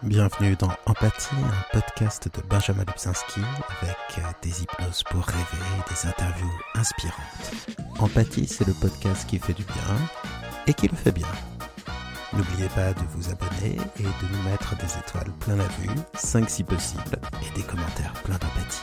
Bienvenue dans Empathie, un podcast de Benjamin Lubzinski avec des hypnoses pour rêver et des interviews inspirantes. Empathie, c'est le podcast qui fait du bien et qui le fait bien. N'oubliez pas de vous abonner et de nous mettre des étoiles plein la vue, 5 si possible, et des commentaires pleins d'empathie.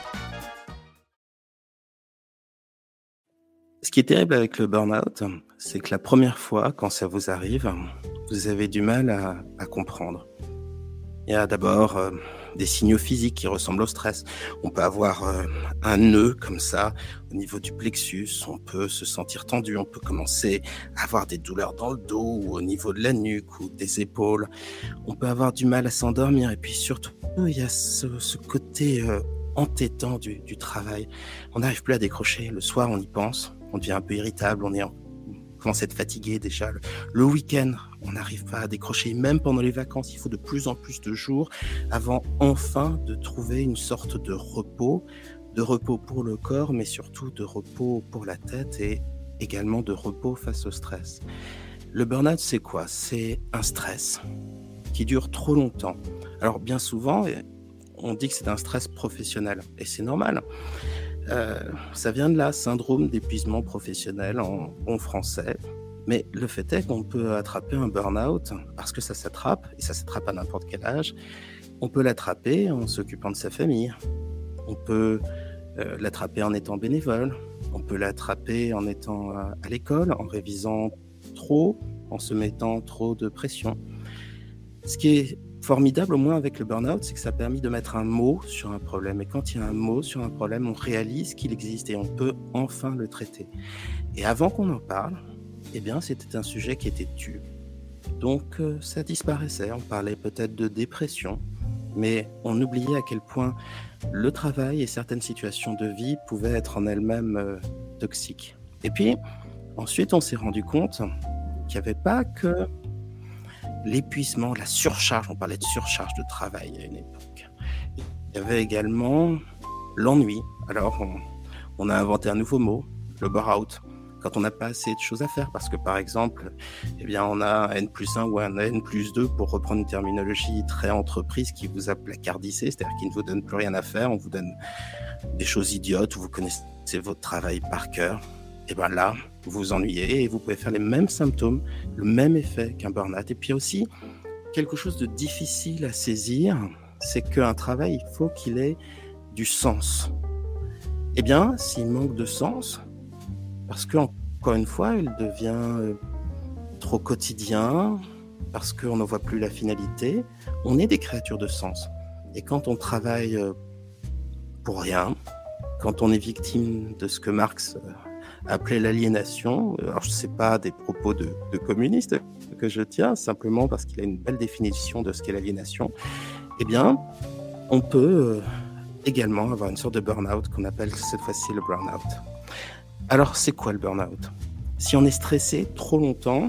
Ce qui est terrible avec le burn-out, c'est que la première fois, quand ça vous arrive, vous avez du mal à comprendre. Il y a d'abord des signaux physiques qui ressemblent au stress. On peut avoir un nœud comme ça au niveau du plexus, on peut se sentir tendu, on peut commencer à avoir des douleurs dans le dos ou au niveau de la nuque ou des épaules. On peut avoir du mal à s'endormir et puis surtout, il y a ce côté entêtant du travail. On n'arrive plus à décrocher. Le soir, on y pense, on devient un peu irritable, on commence à être fatigué déjà. Le week-end, on n'arrive pas à décrocher. Même pendant les vacances, il faut de plus en plus de jours avant enfin de trouver une sorte de repos pour le corps, mais surtout de repos pour la tête et également de repos face au stress. Le burn-out, c'est quoi ? C'est un stress qui dure trop longtemps. Alors bien souvent, on dit que c'est un stress professionnel et c'est normal. Ça vient de là, syndrome d'épuisement professionnel en bon français. Mais le fait est qu'on peut attraper un burn-out parce que ça s'attrape, et ça s'attrape à n'importe quel âge. On peut l'attraper en s'occupant de sa famille. On peut l'attraper en étant bénévole. On peut l'attraper en étant à l'école, en révisant trop, en se mettant trop de pression. Ce qui est formidable au moins avec le burn-out, c'est que ça a permis de mettre un mot sur un problème. Et quand il y a un mot sur un problème, on réalise qu'il existe et on peut enfin le traiter. Et avant qu'on en parle, eh bien, c'était un sujet qui était tu. Donc, ça disparaissait. On parlait peut-être de dépression, mais on oubliait à quel point le travail et certaines situations de vie pouvaient être en elles-mêmes toxiques. Et puis, ensuite, on s'est rendu compte qu'il n'y avait pas que l'épuisement, la surcharge, on parlait de surcharge de travail à une époque. Il y avait également l'ennui. Alors, on a inventé un nouveau mot, le burn-out, quand on n'a pas assez de choses à faire. Parce que, par exemple, eh bien, on a un N+1 ou un N+2, pour reprendre une terminologie très entreprise, qui vous a placardissé, c'est-à-dire qui ne vous donne plus rien à faire, on vous donne des choses idiotes, où vous connaissez votre travail par cœur. Et bien là, vous vous ennuyez et vous pouvez faire les mêmes symptômes, le même effet qu'un burn-out. Et puis aussi, quelque chose de difficile à saisir, c'est qu'un travail, il faut qu'il ait du sens. Eh bien, s'il manque de sens, parce qu'encore une fois, il devient trop quotidien, parce qu'on ne voit plus la finalité, on est des créatures de sens. Et quand on travaille pour rien, quand on est victime de ce que Marx appelé l'aliénation, alors je ne sais pas des propos de communiste que je tiens, simplement parce qu'il a une belle définition de ce qu'est l'aliénation, eh bien, on peut également avoir une sorte de burn-out qu'on appelle cette fois-ci le burn-out. Alors, c'est quoi le burn-out ? Si on est stressé trop longtemps,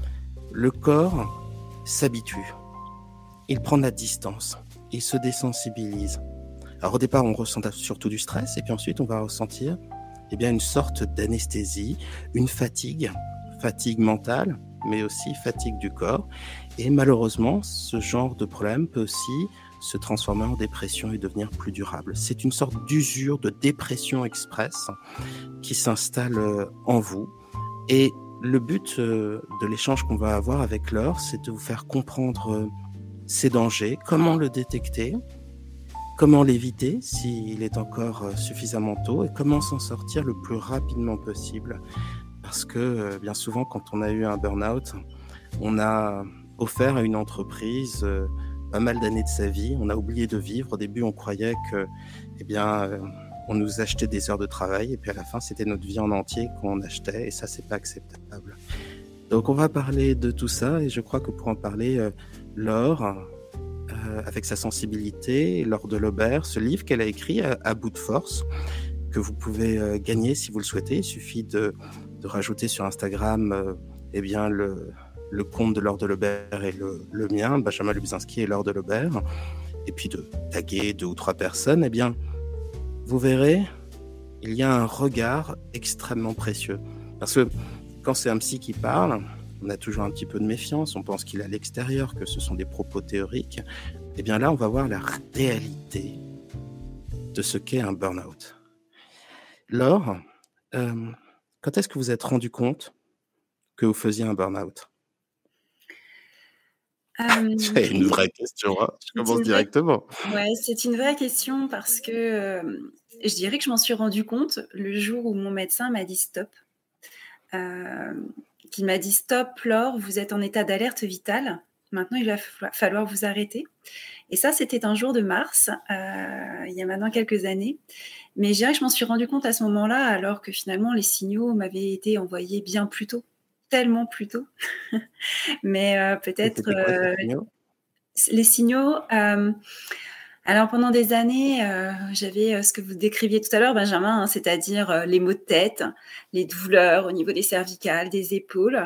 le corps s'habitue. Il prend de la distance, il se désensibilise. Alors au départ, on ressent surtout du stress, et puis ensuite, on va ressentir une sorte d'anesthésie, une fatigue mentale, mais aussi fatigue du corps. Et malheureusement, ce genre de problème peut aussi se transformer en dépression et devenir plus durable. C'est une sorte d'usure, de dépression express qui s'installe en vous. Et le but de l'échange qu'on va avoir avec Laure, c'est de vous faire comprendre ces dangers, comment le détecter, comment l'éviter s'il est encore suffisamment tôt et comment s'en sortir le plus rapidement possible. Parce que bien souvent, quand on a eu un burn-out, on a offert à une entreprise pas mal d'années de sa vie. On a oublié de vivre. Au début, on croyait que, on nous achetait des heures de travail et puis à la fin, c'était notre vie en entier qu'on achetait et ça, c'est pas acceptable. Donc, on va parler de tout ça et je crois que pour en parler, Laure, avec sa sensibilité, Laure Delobert, ce livre qu'elle a écrit à bout de force, que vous pouvez gagner si vous le souhaitez. Il suffit de rajouter sur Instagram le compte de Laure Delobert et le mien, Benjamin Lubzinski et Laure Delobert, et puis de taguer 2 ou 3 personnes. Eh bien, vous verrez, il y a un regard extrêmement précieux. Parce que quand c'est un psy qui parle, on a toujours un petit peu de méfiance, on pense qu'il est à l'extérieur, que ce sont des propos théoriques. Eh bien là, on va voir la réalité de ce qu'est un burn-out. Laure, euh, quand est-ce que vous êtes rendu compte que vous faisiez un burn-out? Hem, C'est une vraie question, hein, je c'est commence une vraie directement. ouais, c'est une vraie question parce que, je dirais que je m'en suis rendu compte le jour où mon médecin m'a dit: «Stop», hem, qui m'a dit: «Stop Laure, vous êtes en état d'alerte vitale. Maintenant il va falloir vous arrêter» et ça, c'était un jour de mars, il y a maintenant quelques années. Mais je dirais que je m'en suis rendu compte à ce moment-là, alors que finalement les signaux m'avaient été envoyés bien plus tôt, tellement plus tôt. Mais, Et peut-être, c'était quoi ces signaux? les signaux, alors pendant des années, j'avais, ce que vous décriviez tout à l'heure Benjamin, hein, c'est-à-dire, les maux de tête, les douleurs au niveau des cervicales, des épaules,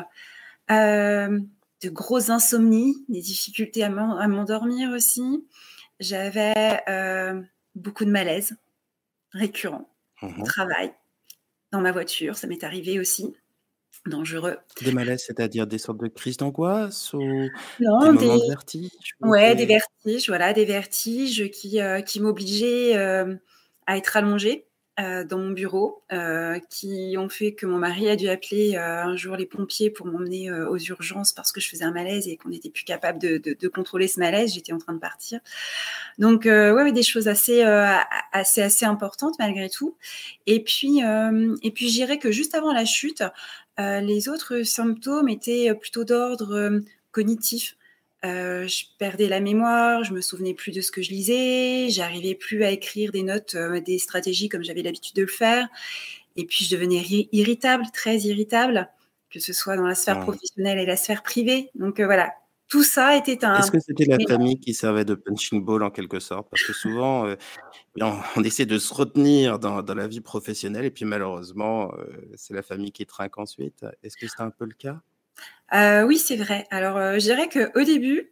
de grosses insomnies, des difficultés à m'endormir aussi. J'avais, beaucoup de malaise récurrents au Mmh. travail, dans ma voiture, ça m'est arrivé aussi, dangereux. Des malaises, c'est-à-dire des sortes de crises d'angoisse ou des Non, moments de vertige ou des des vertiges, voilà, des vertiges qui m'obligeaient, à être allongée, dans mon bureau, qui ont fait que mon mari a dû appeler, un jour les pompiers pour m'emmener, aux urgences parce que je faisais un malaise et qu'on n'était plus capable de contrôler ce malaise. J'étais en train de partir. Donc, ouais, des choses assez importantes malgré tout. Et puis je dirais que juste avant la chute, les autres symptômes étaient plutôt d'ordre, cognitif. Je perdais la mémoire, je me souvenais plus de ce que je lisais, j'arrivais plus à écrire des notes, des stratégies comme j'avais l'habitude de le faire. Et puis je devenais irritable, très irritable, que ce soit dans la sphère mmh. professionnelle et la sphère privée. Donc, voilà, tout ça était Est-ce un que c'était la mélange. famille qui servait de punching ball en quelque sorte? Parce que souvent, on essaie de se retenir dans la vie professionnelle et puis malheureusement, c'est la famille qui trinque ensuite. Est-ce que c'était un peu le cas? Oui, c'est vrai. Alors, je dirais qu'au début,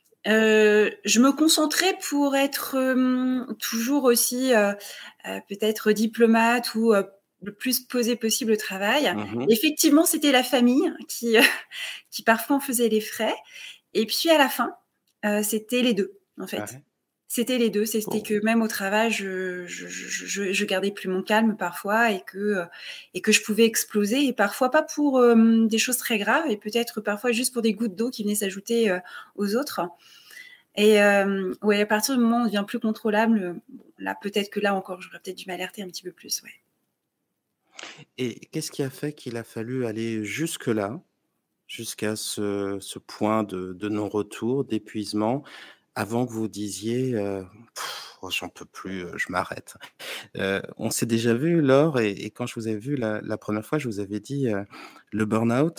je me concentrais pour être, toujours aussi, peut-être diplomate ou, le plus posée possible au travail. Mmh. Effectivement, c'était la famille qui, qui parfois en faisait les frais et puis à la fin, c'était les 2 en fait. Ouais. C'était les 2. C'était Bon. que même au travail, je gardais plus mon calme parfois et que je pouvais exploser et parfois pas pour, des choses très graves et peut-être parfois juste pour des gouttes d'eau qui venaient s'ajouter, aux autres. Et ouais, à partir du moment où on devient plus contrôlable, bon, là, peut-être que là encore, j'aurais peut-être dû m'alerter un petit peu plus, ouais. Et qu'est-ce qui a fait qu'il a fallu aller jusque-là, jusqu'à ce point de non-retour, d'épuisement, avant que vous disiez, «Oh j'en peux plus, je m'arrête»? On s'est déjà vu Laure et quand je vous ai vu la 1re fois, je vous avais dit, le burn-out,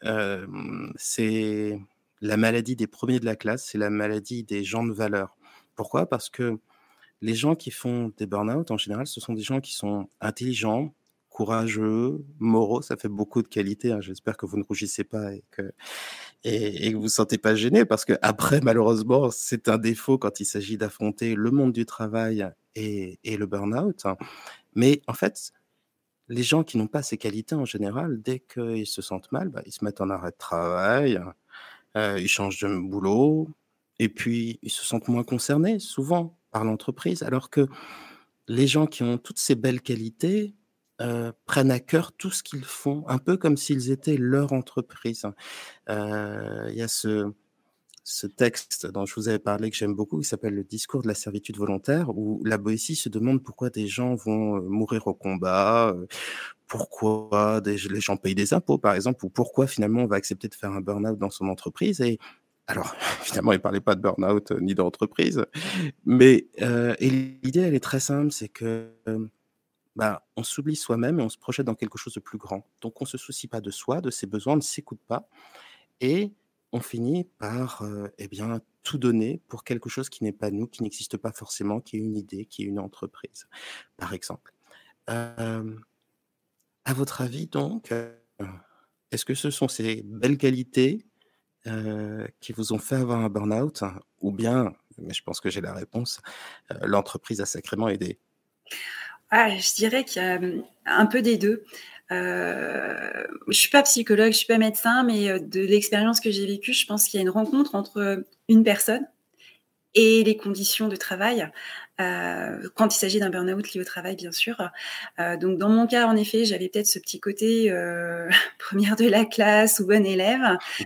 c'est la maladie des premiers de la classe, c'est la maladie des gens de valeur. Pourquoi? Parce que les gens qui font des burn-out, en général, ce sont des gens qui sont intelligents, courageux, moraux. Ça fait beaucoup de qualités, hein. J'espère que vous ne rougissez pas et que vous vous sentez pas gêné parce qu'après, malheureusement, c'est un défaut quand il s'agit d'affronter le monde du travail et le burn-out. Mais en fait, les gens qui n'ont pas ces qualités, en général, dès qu'ils se sentent mal, bah, ils se mettent en arrêt de travail, ils changent de boulot et puis ils se sentent moins concernés, souvent, par l'entreprise. Alors que les gens qui ont toutes ces belles qualités, prennent à cœur tout ce qu'ils font, un peu comme s'ils étaient leur entreprise. Il y a ce texte dont je vous avais parlé que j'aime beaucoup, qui s'appelle «Le discours de la servitude volontaire», où la Boétie se demande pourquoi des gens vont, mourir au combat, pourquoi les gens payent des impôts, par exemple, ou pourquoi finalement on va accepter de faire un burn-out dans son entreprise et alors finalement, il parlait pas de burn-out, ni d'entreprise, mais et l'idée, elle est très simple, c'est que, bah, on s'oublie soi-même et on se projette dans quelque chose de plus grand. Donc on se soucie pas de soi, de ses besoins, on ne s'écoute pas et on finit par, eh bien, tout donner pour quelque chose qui n'est pas nous, qui n'existe pas forcément, qui est une idée, qui est une entreprise, par exemple. Hem, à votre avis donc, est-ce que ce sont ces belles qualités, qui vous ont fait avoir un burn-out? Ou bien, mais je pense que j'ai la réponse, l'entreprise a sacrément aidé? Ah, je dirais qu'il y a, un peu des 2. Je suis pas psychologue, je suis pas médecin, mais de l'expérience que j'ai vécue, je pense qu'il y a une rencontre entre, une personne et les conditions de travail, quand il s'agit d'un burn-out lié au travail, bien sûr. Donc dans mon cas, en effet, j'avais peut-être ce petit côté, 1re de la classe ou bonne élève.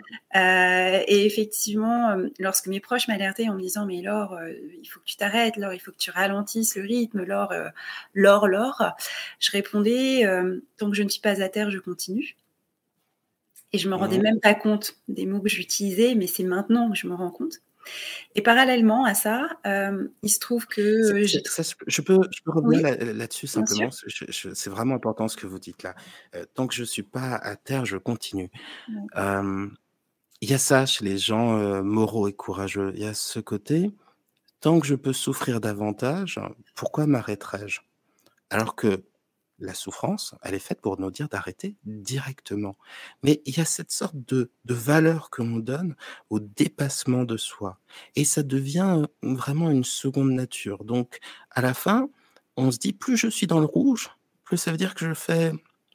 Et effectivement, lorsque mes proches m'alertaient en me disant: «Mais Laure, il faut que tu t'arrêtes, Laure, il faut que tu ralentisses le rythme, Laure, Laure, Laure», je répondais, «Tant que je ne suis pas à terre, je continue». Et je me rendais Mmh. même pas compte des mots que j'utilisais, mais c'est maintenant que je me rends compte. Et parallèlement à ça, il se trouve que, j'ai tr Je peux revenir oui, là-dessus bien sûr. simplement, c'est vraiment important ce que vous dites là. Tant que je suis pas à terre, je continue. Ouais. Hem, il y a ça chez les gens, moraux et courageux. Il y a ce côté: «Tant que je peux souffrir davantage, pourquoi m'arrêterais-je?» Alors que la souffrance, elle est faite pour nous dire d'arrêter directement. Mais il y a cette sorte de valeur que l'on donne au dépassement de soi et ça devient, vraiment une seconde nature. Donc à la fin, on se dit: «Plus je suis dans le rouge, plus ça veut dire que je fais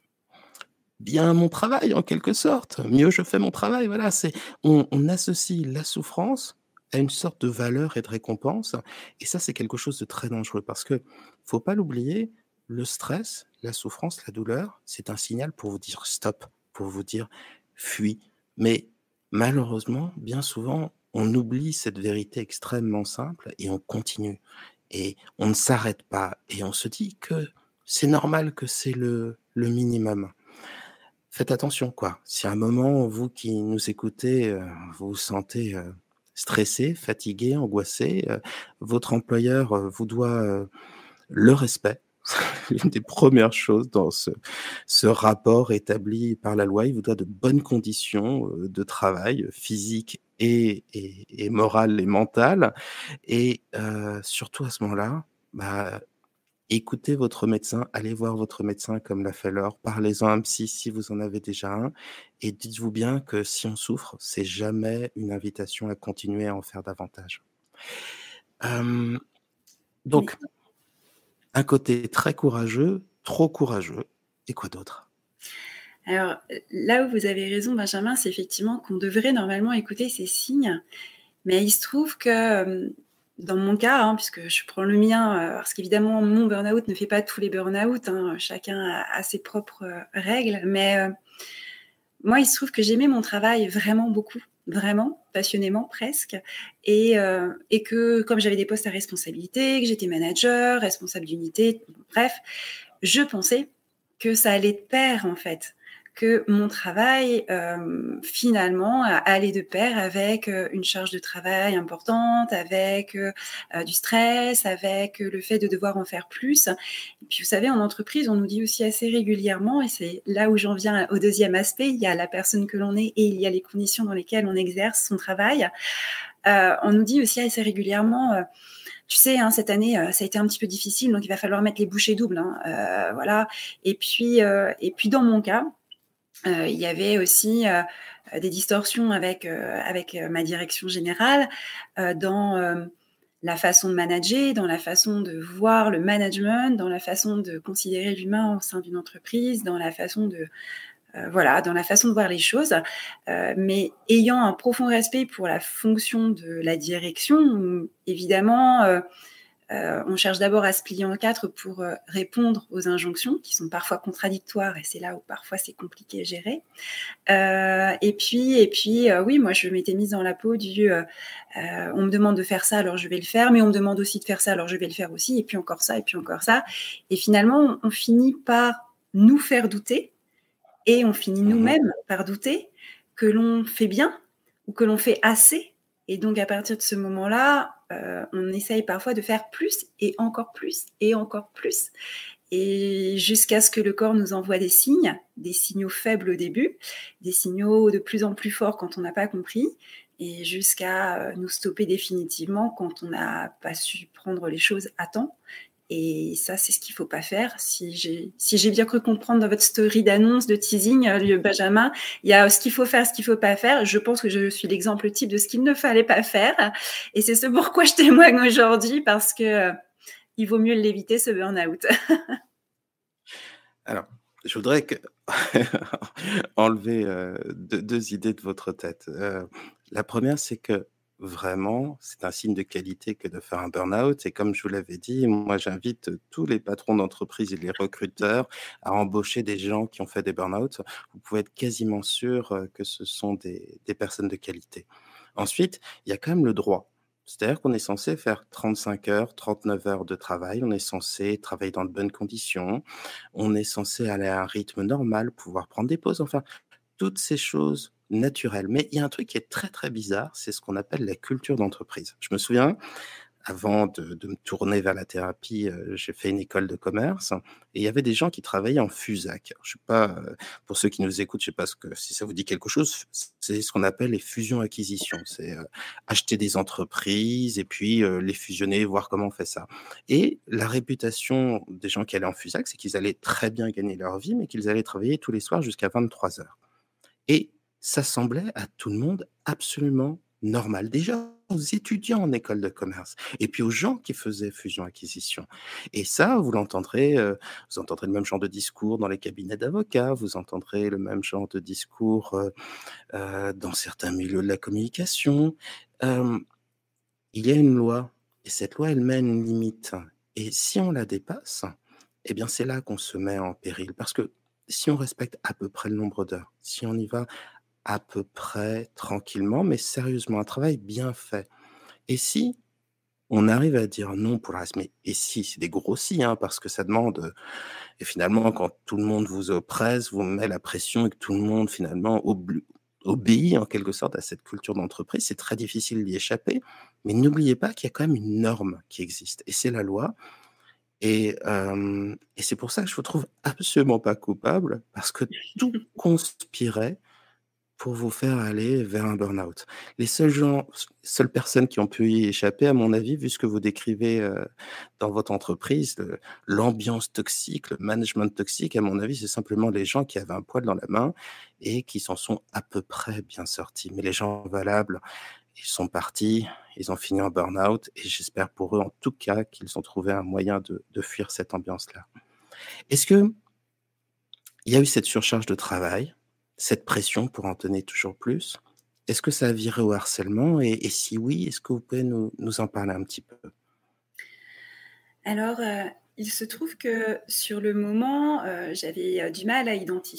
bien mon travail en quelque sorte, mieux je fais mon travail». Voilà, on associe la souffrance à une sorte de valeur et de récompense et ça, c'est quelque chose de très dangereux parce que faut pas l'oublier, le stress, la souffrance, la douleur, c'est un signal pour vous dire stop, pour vous dire fuis. Mais malheureusement, bien souvent, on oublie cette vérité extrêmement simple et on continue et on ne s'arrête pas et on se dit que c'est normal, que c'est le minimum. Faites attention, quoi. Si à un moment, vous qui nous écoutez, vous vous sentez, stressé, fatigué, angoissé, votre employeur, vous doit, le respect. L'une des premières choses dans ce rapport établi par la loi, il vous doit de bonnes conditions, de travail, physiques et morales et mentales et surtout à ce moment-là, bah, écoutez votre médecin, allez voir votre médecin comme l'a fait Laure, parlez-en à un psy si vous en avez déjà un et dites-vous bien que si on souffre, c'est jamais une invitation à continuer à en faire davantage. Hem, Oui. donc un côté très courageux, trop courageux et quoi d'autre? Alors, là où vous avez raison, Benjamin, c'est effectivement qu'on devrait normalement écouter ces signes, mais il se trouve que, dans mon cas, hein, puisque je prends le mien, parce qu'évidemment mon burn-out ne fait pas tous les burn-out, hein, chacun a ses propres, règles, mais, moi, il se trouve que j'aimais mon travail vraiment beaucoup, vraiment, passionnément presque et que comme j'avais des postes à responsabilité, que j'étais manager, responsable d'unité, bref, je pensais que ça allait de pair, en fait, que mon travail, finalement, allait de pair avec, une charge de travail importante, avec, du stress, avec, le fait de devoir en faire plus. Et puis, vous savez, en entreprise, on nous dit aussi assez régulièrement et c'est là où j'en viens au deuxième aspect, il y a la personne que l'on est et il y a les conditions dans lesquelles on exerce son travail. On nous dit aussi assez régulièrement, tu sais, hein, cette année, ça a été un petit peu difficile, donc il va falloir mettre les bouchées doubles, hein, voilà. Et puis dans mon cas, il y avait aussi, des distorsions avec ma direction générale, dans, la façon de manager, dans la façon de voir le management, dans la façon de considérer l'humain au sein d'une entreprise, dans la façon de, voilà, dans la façon de voir les choses, mais ayant un profond respect pour la fonction de la direction où évidemment, on cherche d'abord à se plier en 4 pour, répondre aux injonctions qui sont parfois contradictoires et c'est là où parfois c'est compliqué à gérer. Oui, moi je m'étais mise dans la peau on me demande de faire ça, alors je vais le faire, mais on me demande aussi de faire ça, alors je vais le faire aussi et puis encore ça et puis encore ça et finalement on finit par nous faire douter et on finit Mmh. nous-mêmes par douter que l'on fait bien ou que l'on fait assez et donc à partir de ce moment-là, on essaye parfois de faire plus et encore plus et encore plus et jusqu'à ce que le corps nous envoie des signaux faibles au début, des signaux de plus en plus forts quand on n'a pas compris et jusqu'à, nous stopper définitivement quand on n'a pas su prendre les choses à temps et ça, c'est ce qu'il faut pas faire. Si j'ai bien cru comprendre dans votre story d'annonce, de teasing, le Benjamin, il y a ce qu'il faut faire, ce qu'il faut pas faire. Je pense que je suis l'exemple type de ce qu'il ne fallait pas faire et c'est ce pourquoi je témoigne aujourd'hui parce que, il vaut mieux l'éviter ce burn-out. Alors, je voudrais que enlever, 2 idées de votre tête. La première, c'est que vraiment, c'est un signe de qualité que de faire un burn-out et comme je vous l'avais dit, moi j'invite tous les patrons d'entreprise et les recruteurs à embaucher des gens qui ont fait des burn-out. Vous pouvez être quasiment sûr, que ce sont des personnes de qualité. Ensuite, il y a quand même le droit. C'est-à-dire qu'on est censé faire 35 heures, 39 heures de travail, on est censé travailler dans de bonnes conditions, on est censé aller à un rythme normal, pouvoir prendre des pauses, enfin toutes ces choses naturelles. Mais il y a un truc qui est très, très bizarre, c'est ce qu'on appelle la culture d'entreprise. Je me souviens, avant de me tourner vers la thérapie, j'ai fait une école de commerce et il y avait des gens qui travaillaient en FUSAC. Je sais pas, pour ceux qui nous écoutent, je sais pas si ça vous dit quelque chose, c'est ce qu'on appelle les fusions-acquisitions. C'est, acheter des entreprises et puis, les fusionner, voir comment on fait ça. Et la réputation des gens qui allaient en FUSAC, c'est qu'ils allaient très bien gagner leur vie, mais qu'ils allaient travailler tous les soirs jusqu'à 23 heures. Et ça semblait à tout le monde absolument normal. Déjà aux étudiants en école de commerce et puis aux gens qui faisaient fusion-acquisition. Et ça, vous entendrez le même genre de discours dans les cabinets d'avocats, vous entendrez le même genre de discours, dans certains milieux de la communication. Hem, il y a une loi et cette loi, elle met une limite et si on la dépasse, eh bien, c'est là qu'on se met en péril parce que si on respecte à peu près le nombre d'heures, si on y va à peu près tranquillement, mais sérieusement, un travail bien fait. Et si on arrive à dire non pour le reste, mais et si, c'est des gros si, hein, parce que ça demande, et finalement, quand tout le monde vous oppresse, vous met la pression et que tout le monde finalement obéit en quelque sorte à cette culture d'entreprise, c'est très difficile d'y échapper. Mais n'oubliez pas qu'il y a quand même une norme qui existe et c'est la loi. Et c'est pour ça que je vous trouve absolument pas coupable, parce que tout conspirait pour vous faire aller vers un burn-out. Les seules personnes qui ont pu y échapper, à mon avis, vu ce que vous décrivez, dans votre entreprise, l'ambiance toxique, le management toxique, à mon avis, c'est simplement les gens qui avaient un poil dans la main et qui s'en sont à peu près bien sortis. Mais les gens valables, ils sont partis, ils ont fini en burn-out et j'espère pour eux, en tout cas, qu'ils ont trouvé un moyen de fuir cette ambiance-là. Est-ce qu'il y a eu cette surcharge de travail, cette pression pour en donner toujours plus? Est-ce que ça a viré au harcèlement et si oui, est-ce que vous pouvez nous en parler un petit peu? Alors, il se trouve que sur le moment, j'avais, du mal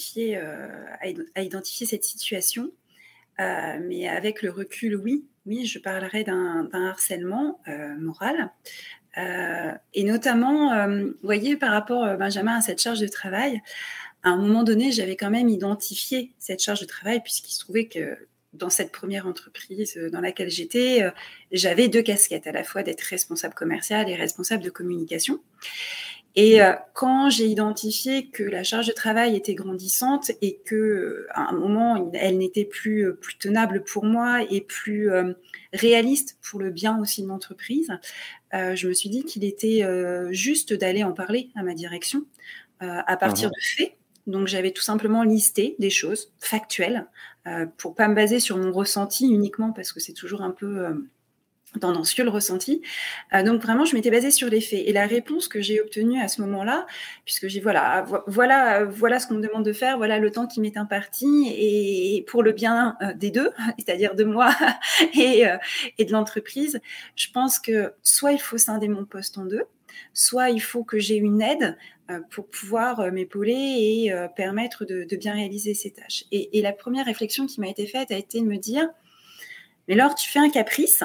à identifier cette situation, mais avec le recul, oui, oui, je parlerai d'un harcèlement, moral, et notamment, vous voyez, par rapport, Benjamin, à cette charge de travail, à un moment donné, j'avais quand même identifié cette charge de travail puisqu'il se trouvait que dans cette première entreprise, dans laquelle j'étais, j'avais 2 casquettes, à la fois d'être responsable commerciale et responsable de communication. Et quand j'ai identifié que la charge de travail était grandissante et que, à un moment, elle n'était plus tenable pour moi et plus, réaliste pour le bien aussi de l'entreprise, je me suis dit qu'il était, juste d'aller en parler à ma direction, à partir Mmh. de faits. Donc j'avais tout simplement listé des choses factuelles, pour pas me baser sur mon ressenti uniquement parce que c'est toujours un peu, tendancieux le ressenti. Donc vraiment je m'étais basée sur les faits et la réponse que j'ai obtenue à ce moment-là, puisque j'ai voilà ce qu'on me demande de faire, voilà le temps qui m'est imparti et pour le bien, des 2, c'est-à-dire de moi et de l'entreprise, je pense que soit il faut scinder mon poste en 2, soit il faut que j'ai une aide, pour pouvoir, m'épauler et permettre de bien réaliser ces tâches. Et la première réflexion qui m'a été faite a été de me dire: «Mais Laure, tu fais un caprice,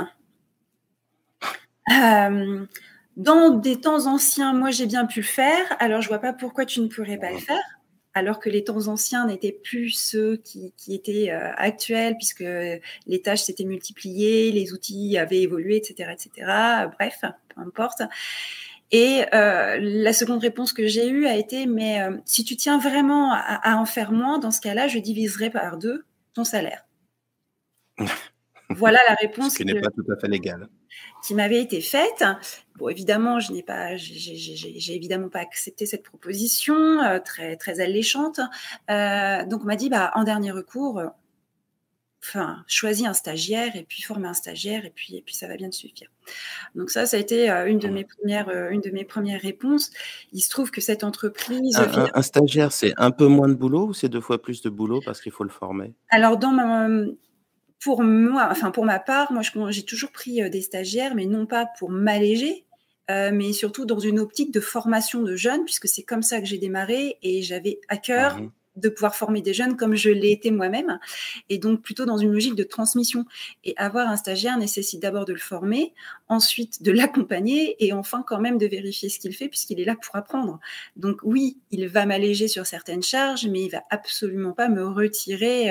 hem, dans des temps anciens, moi j'ai bien pu le faire, alors je vois pas pourquoi tu ne pourrais pas le Mmh. faire». Alors que les temps anciens n'étaient plus ceux qui étaient, actuels puisque les tâches s'étaient multipliées, les outils avaient évolué et cetera, bref, peu importe. Et la seconde réponse que j'ai eue a été: «Mais si tu tiens vraiment à en faire moins, dans ce cas-là, je diviserai par 2 ton salaire». Voilà la Ce réponse qui n'est pas tout à fait légal. qui m'avait été faite. Bon, évidemment, je n'ai pas j'ai évidemment pas accepté cette proposition, très très alléchante. Donc on m'a dit: «Bah, en dernier recours, enfin, choisis un stagiaire et puis forme un stagiaire et puis ça va bien te suffire». Donc ça a été, Mmh. une de mes premières réponses. Il se trouve que cette entreprise, Un stagiaire, c'est un peu moins de boulot ou c'est 2 fois plus de boulot parce qu'il faut le former? alors pour moi, enfin pour ma part, moi j'ai toujours pris des stagiaires, mais non pas pour m'alléger, mais surtout dans une optique de formation de jeunes, puisque c'est comme ça que j'ai démarré et j'avais à cœur Mhm. de pouvoir former des jeunes comme je l'ai été moi-même, et donc plutôt dans une logique de transmission. Et avoir un stagiaire nécessite d'abord de le former, ensuite de l'accompagner et enfin quand même de vérifier ce qu'il fait puisqu'il est là pour apprendre. Donc oui, il va m'alléger sur certaines charges, mais il va absolument pas me retirer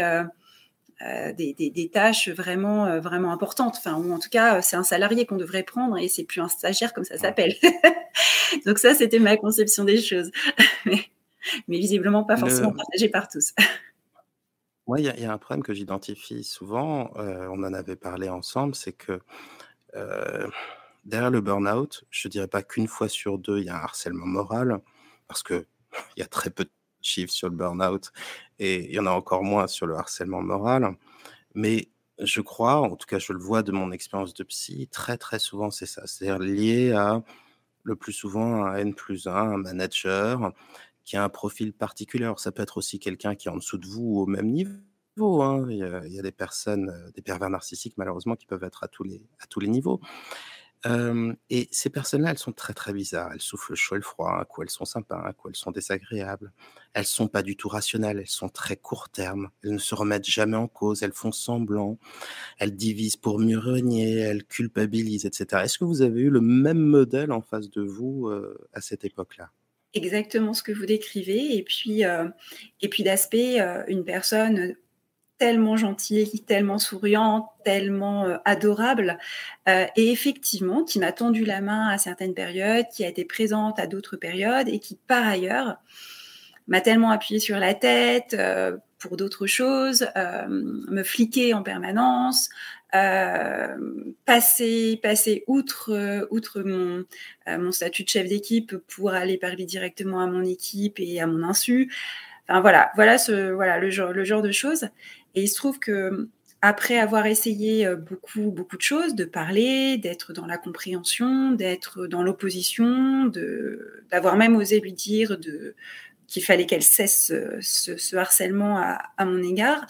des tâches vraiment importantes. Enfin, ou en tout cas, c'est un salarié qu'on devrait prendre et c'est plus un stagiaire comme ça Ouais. s'appelle. Donc ça, c'était ma conception des choses. Mais visiblement pas forcément Le... partagée par tous. Moi, il y a un problème que j'identifie souvent, on en avait parlé ensemble, c'est que euh, derrière le burn-out, je dirais pas qu'une fois sur deux, il y a un harcèlement moral, parce que il y a très peu de chiffres sur le burn-out et il y en a encore moins sur le harcèlement moral. Mais je crois, en tout cas, je le vois de mon expérience de psy, très très souvent, c'est ça. C'est-à-dire lié à le plus souvent un N+1, un manager qui a un profil particulier. Alors, ça peut être aussi quelqu'un qui est en dessous de vous ou au même niveau, hein. Il y a des personnes, des pervers narcissiques, malheureusement, qui peuvent être à tous les niveaux. Et ces personnes-là, elles sont très, très bizarres. Elles soufflent le chaud et le froid. Un coup, elles sont sympas, un coup, elles sont désagréables. Elles sont pas du tout rationnelles, elles sont très court terme. Elles ne se remettent jamais en cause, elles font semblant, elles divisent pour mieux régner, elles culpabilisent, et cetera. Est-ce que vous avez eu le même modèle en face de vous, à cette époque-là? Exactement ce que vous décrivez. Et puis d'aspect, une personne tellement gentille, tellement souriante, tellement adorable, et effectivement, qui m'a tendu la main à certaines périodes, qui a été présente à d'autres périodes et qui, par ailleurs, m'a tellement appuyé sur la tête pour d'autres choses, me fliquer en permanence, passer outre mon statut de chef d'équipe pour aller parler directement à mon équipe et à mon insu. Enfin voilà le genre de choses. Et il se trouve que après avoir essayé beaucoup de choses, de parler, d'être dans la compréhension, d'être dans l'opposition, d'avoir même osé lui dire qu'il fallait qu'elle cesse ce harcèlement à mon égard.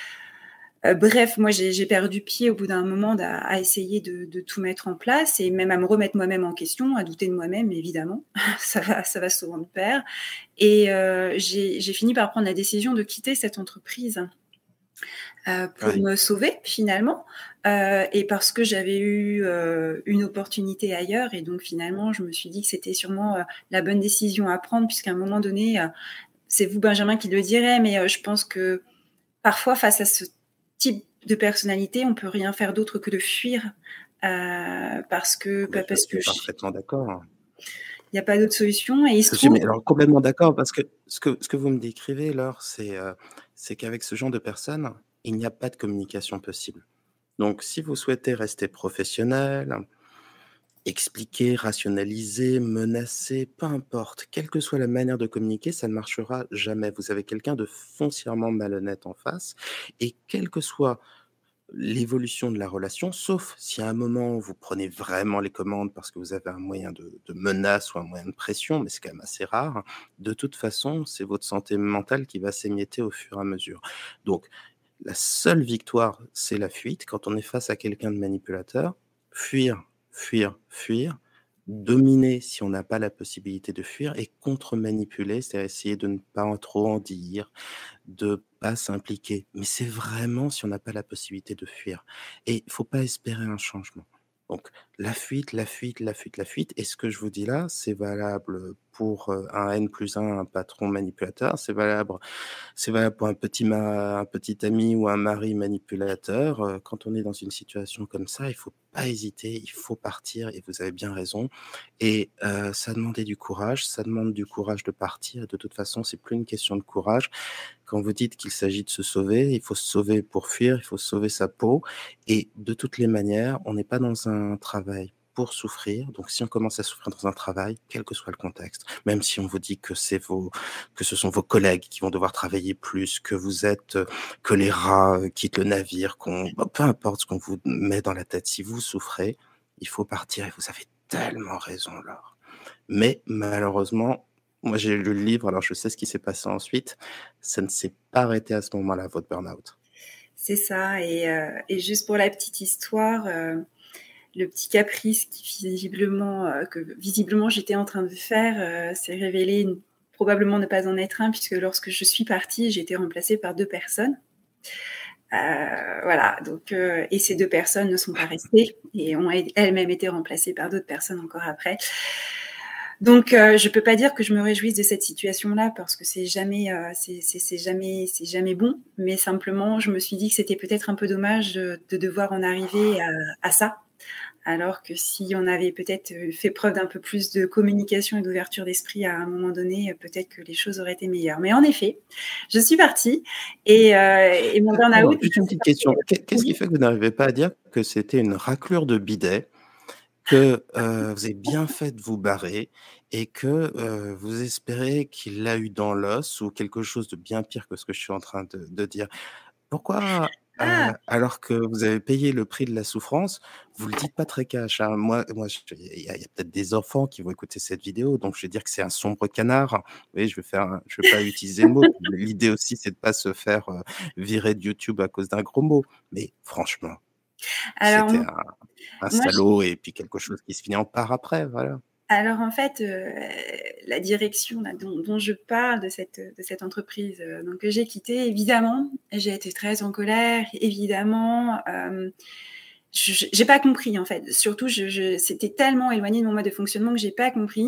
Bref, moi j'ai perdu pied au bout d'un moment à essayer de tout mettre en place et même à me remettre moi-même en question, à douter de moi-même évidemment. Ça va souvent de pair. Et j'ai fini par prendre la décision de quitter cette entreprise pour Oui, me sauver finalement, et parce que j'avais eu une opportunité ailleurs. Et donc finalement, je me suis dit que c'était sûrement la bonne décision à prendre, puisqu'à un moment donné, c'est vous Benjamin qui le direz, mais je pense que parfois face à ce type de personnalité, on peut rien faire d'autre que de fuir, parce que mais je parce que suis parfaitement d'accord. il y a pas d'autre solution. Et il se Je suis trouve mais alors complètement d'accord parce que ce que vous me décrivez, Laure, c'est qu'avec ce genre de personnes, il n'y a pas de communication possible. Donc si vous souhaitez rester professionnel, expliquer, rationaliser, menacer, peu importe, quelle que soit la manière de communiquer, ça ne marchera jamais. Vous avez quelqu'un de foncièrement malhonnête en face et quelle que soit l'évolution de la relation, sauf si à un moment vous prenez vraiment les commandes parce que vous avez un moyen de menace ou un moyen de pression, mais c'est quand même assez rare. De toute façon, c'est votre santé mentale qui va s'émietter au fur et à mesure. Donc, la seule victoire, c'est la fuite. Quand on est face à quelqu'un de manipulateur, fuir, fuir, fuir, dominer si on n'a pas la possibilité de fuir et contre-manipuler, c'est essayer de ne pas trop en dire, de pas s'impliquer. Mais c'est vraiment si on n'a pas la possibilité de fuir. Et il faut pas espérer un changement. Donc la fuite, la fuite, la fuite, la fuite. Et ce que je vous dis là, c'est valable pour un N+1, un patron manipulateur. C'est valable pour un petit ami ou un mari manipulateur. Quand on est dans une situation comme ça, il faut pas hésiter, il faut partir et vous avez bien raison. Et ça demandait du courage, ça demande du courage de partir. De toute façon, c'est plus une question de courage. Quand vous dites qu'il s'agit de se sauver, il faut se sauver pour fuir, il faut sauver sa peau. Et de toutes les manières, on n'est pas dans un travail pour souffrir. Donc, si on commence à souffrir dans un travail, quel que soit le contexte, même si on vous dit que ce sont vos collègues qui vont devoir travailler plus, que vous êtes, que les rats quittent le navire, peu importe ce qu'on vous met dans la tête, si vous souffrez, il faut partir et vous avez tellement raison, Laure. Mais malheureusement, moi j'ai lu le livre, alors je sais ce qui s'est passé ensuite. Ça ne s'est pas arrêté à ce moment-là, votre burn-out. C'est ça. Et juste pour la petite histoire, le petit caprice que visiblement j'étais en train de faire s'est révélé probablement ne pas en être un, puisque lorsque je suis partie, j'ai été remplacée par 2 personnes. Voilà, donc et ces 2 personnes ne sont pas restées et ont elles-mêmes été remplacées par d'autres personnes encore après. Donc je peux pas dire que je me réjouisse de cette situation-là, parce que c'est jamais bon, mais simplement je me suis dit que c'était peut-être un peu dommage de devoir en arriver à ça. Alors que si on avait peut-être fait preuve d'un peu plus de communication et d'ouverture d'esprit à un moment donné, peut-être que les choses auraient été meilleures. Mais en effet, je suis partie et mon burn-out. Juste une petite question. Qu'est-ce qui Oui. fait que vous n'arrivez pas à dire que c'était une raclure de bidet, que vous avez bien fait de vous barrer et que vous espérez qu'il l'a eu dans l'os, ou quelque chose de bien pire que ce que je suis en train de dire? Pourquoi, Ah! alors que vous avez payé le prix de la souffrance, vous le dites pas très cash, hein? Moi, il y a peut-être des enfants qui vont écouter cette vidéo, donc je vais dire que c'est un sombre canard. Vous voyez, je vais pas utiliser le mot. L'idée aussi, c'est de pas se faire, virer de YouTube à cause d'un gros mot. Mais franchement, Alors c'était un moi, salaud, et puis quelque chose qui se finit en part après, voilà. alors en fait, la direction là dont je parle de cette entreprise, donc que j'ai quittée, évidemment, j'ai été très en colère, évidemment, j'ai pas compris en fait. Surtout, c'était tellement éloigné de mon mode de fonctionnement que j'ai pas compris,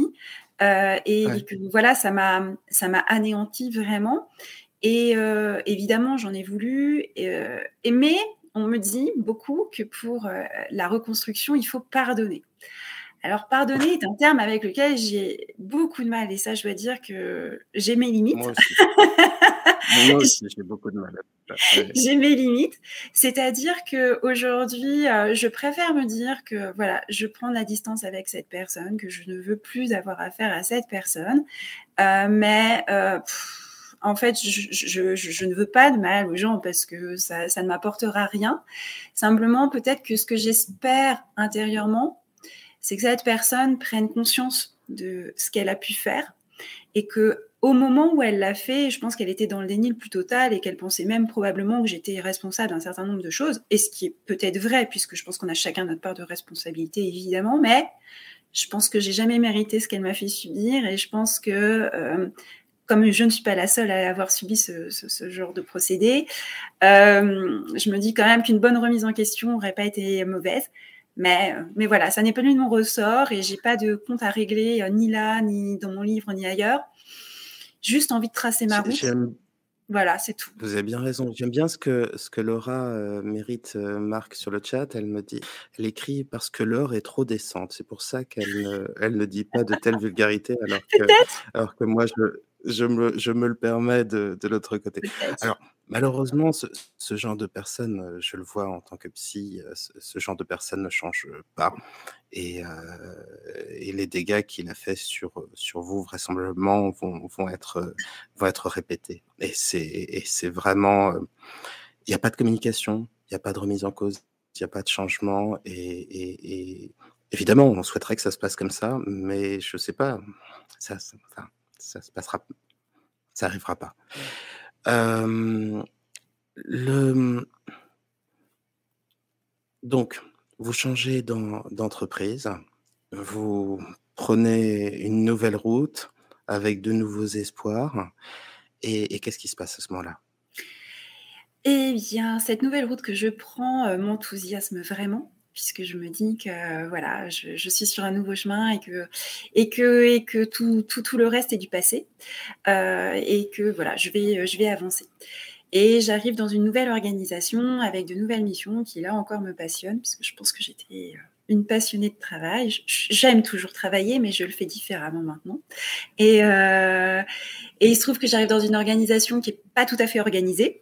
et Ouais. que voilà, ça m'a anéantie vraiment. Et évidemment, j'en ai voulu, mais on me dit beaucoup que pour la reconstruction, il faut pardonner. Alors, pardonner est un terme avec lequel j'ai beaucoup de mal, et ça, je dois dire que j'ai mes Moi limites. aussi. Moi aussi, j'ai beaucoup de mal à ça, ouais. J'ai mes limites. C'est-à-dire qu'aujourd'hui, je préfère me dire que voilà, je prends la distance avec cette personne, que je ne veux plus avoir affaire à cette personne. Mais en fait, je ne veux pas de mal aux gens, parce que ça ne m'apportera rien. Simplement, peut-être que ce que j'espère intérieurement, c'est que cette personne prenne conscience de ce qu'elle a pu faire, et que au moment où elle l'a fait, je pense qu'elle était dans le déni le plus total, et qu'elle pensait même probablement que j'étais responsable d'un certain nombre de choses, et ce qui est peut-être vrai, puisque je pense qu'on a chacun notre part de responsabilité, évidemment, mais je pense que j'ai jamais mérité ce qu'elle m'a fait subir, et je pense que comme je ne suis pas la seule à avoir subi ce genre de procédé, je me dis quand même qu'une bonne remise en question n'aurait pas été mauvaise. Mais voilà, ça n'est pas de mon ressort, et j'ai pas de compte à régler, ni là, ni dans mon livre, ni ailleurs. Juste envie de tracer ma route. J'aime Voilà, c'est tout. Vous avez bien raison. J'aime bien ce que Laura, Mérite, marque sur le chat. Elle me dit, elle écrit: «Parce que Laure est trop décente. C'est pour ça qu'elle ne dit pas de telles vulgarités, Peut-être, moi je me le permets de l'autre côté». peut-être. Alors malheureusement, ce genre de personne, je le vois en tant que psy, ce genre de personne ne change pas, et les dégâts qu'il a fait sur vous vraisemblablement vont être répétés, et c'est vraiment, il y a pas de communication, il y a pas de remise en cause, il y a pas de changement, et évidemment, on souhaiterait que ça se passe comme ça, mais je sais pas, enfin, ça se passera ça arrivera pas. Hem, le, donc vous changez d'entreprise, vous prenez une nouvelle route avec de nouveaux espoirs, et qu'est-ce qui se passe à ce moment-là? Eh bien, cette nouvelle route que je prends, m'enthousiasme vraiment, puisque je me dis que, voilà, je suis sur un nouveau chemin, et que tout le reste est du passé, et que voilà, je vais avancer. Et j'arrive dans une nouvelle organisation avec de nouvelles missions qui, là encore, me passionnent, puisque je pense que j'étais, une passionnée de travail. J'aime toujours travailler, mais je le fais différemment maintenant. Et et il se trouve que j'arrive dans une organisation qui est pas tout à fait organisée.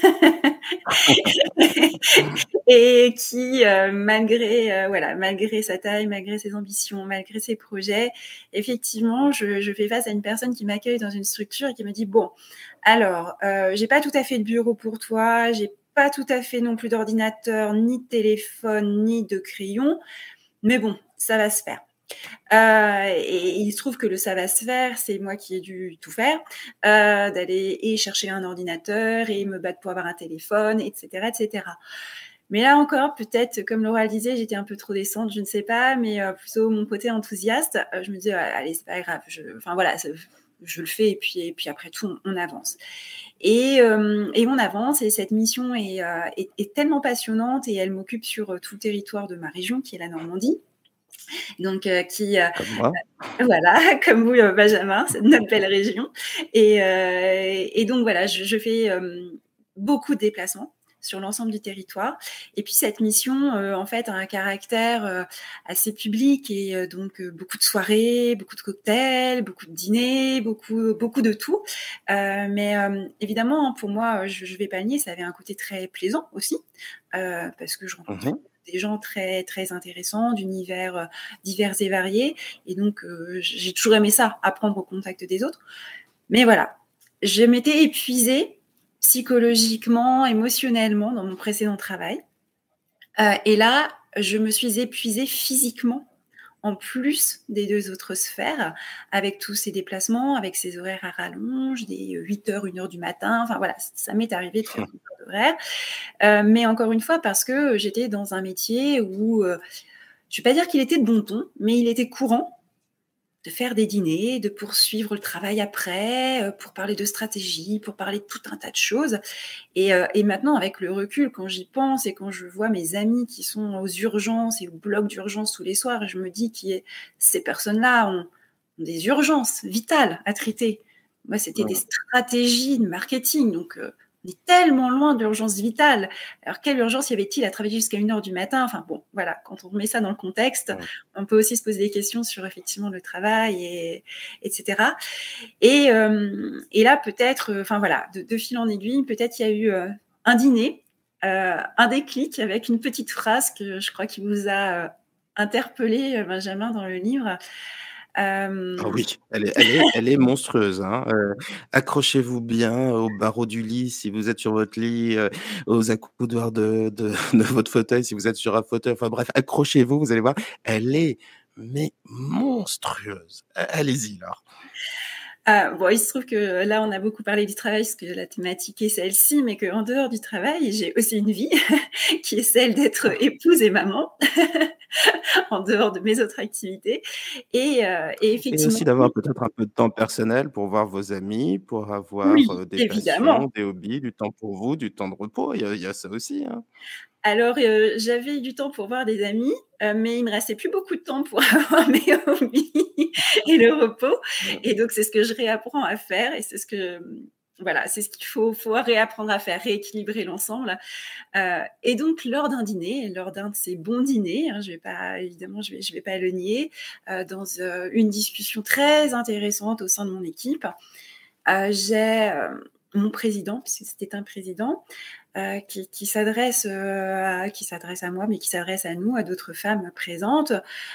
Et qui, malgré sa taille, malgré ses ambitions, malgré ses projets, effectivement, je fais face à une personne qui m'accueille dans une structure et qui me dit: «Bon, alors, j'ai pas tout à fait de bureau pour toi, j'ai pas tout à fait non plus d'ordinateur, ni de téléphone, ni de crayon, mais bon, ça va se faire». Et il se trouve que le ça va se faire, c'est moi qui ai dû tout faire, d'aller et chercher un ordinateur et me battre pour avoir un téléphone, et cetera, et cetera. Mais là encore, peut-être, comme Laura le disait, j'étais un peu trop décente, je ne sais pas, mais plutôt mon côté enthousiaste. Je me dis, allez, c'est pas grave. Enfin voilà, je le fais et puis après tout, on avance. Et on avance et cette mission est tellement passionnante et elle m'occupe sur tout le territoire de ma région, qui est la Normandie. Donc, Comme moi. voilà, comme vous, Benjamin, c'est notre belle région. Et donc voilà, je fais beaucoup de déplacements sur l'ensemble du territoire. Et puis cette mission, en fait, a un caractère assez public et donc beaucoup de soirées, beaucoup de cocktails, beaucoup de dîners, beaucoup de tout. Mais évidemment, pour moi, je vais pas le nier, ça avait un côté très plaisant aussi, parce que je rencontrais Mhm. des gens très très intéressants, d'univers divers et variés. Et donc, j'ai toujours aimé ça, apprendre au contact des autres. Mais voilà, je m'étais épuisée psychologiquement, émotionnellement dans mon précédent travail. Et là, je me suis épuisée physiquement en plus des 2 autres sphères, avec tous ces déplacements, avec ces horaires à rallonge, des 8h, 1h du matin. Enfin voilà, ça m'est arrivé de faire des horaires. Mais encore une fois, parce que j'étais dans un métier où, je ne vais pas dire qu'il était de bon ton, mais il était courant de faire des dîners, de poursuivre le travail après, pour parler de stratégie, pour parler de tout un tas de choses. Et maintenant, avec le recul, quand j'y pense et quand je vois mes amis qui sont aux urgences et au bloc d'urgence tous les soirs, je me dis que ces personnes-là ont des urgences vitales à traiter. Moi, c'était des stratégies de marketing, donc on est tellement loin de l'urgence vitale. Alors, quelle urgence y avait-il à travailler jusqu'à 1h du matin? Enfin bon, voilà, quand on met ça dans le contexte, Mhm. on peut aussi se poser des questions sur effectivement le travail, etc. Et là, peut-être, enfin voilà, de fil en aiguille, peut-être il y a eu un dîner, un déclic avec une petite phrase que je crois qui vous a interpellé, Benjamin, dans le livre. Ah Euh, oui, elle est monstrueuse, hein, accrochez-vous bien aux barreaux du lit si vous êtes sur votre lit, aux accoudoirs de de votre fauteuil si vous êtes sur un fauteuil, enfin bref, accrochez-vous, vous allez voir, elle est mais monstrueuse. Allez-y alors. Bon, il se trouve que là, on a beaucoup parlé du travail parce que la thématique est celle-ci, mais qu'en dehors du travail, j'ai aussi une vie qui est celle d'être épouse et maman, en dehors de mes autres activités. Et Et effectivement, aussi d'avoir peut-être un peu de temps personnel pour voir vos amis, pour avoir, oui, des évidemment. passions, des hobbies, du temps pour vous, du temps de repos, il y a ça aussi, hein. Alors, j'avais du temps pour voir des amis, mais il me restait plus beaucoup de temps pour avoir mes hobbies et le repos. Et donc, c'est ce que je réapprends à faire et c'est ce que, voilà, c'est ce qu'il faut réapprendre à faire, rééquilibrer l'ensemble. Et donc, lors d'un de ces bons dîners, hein, je vais pas, évidemment, je vais pas le nier, dans une discussion très intéressante au sein de mon équipe, j'ai mon président, puisque c'était un président, qui s'adresse à moi, mais qui s'adresse à nous, à d'autres femmes présentes,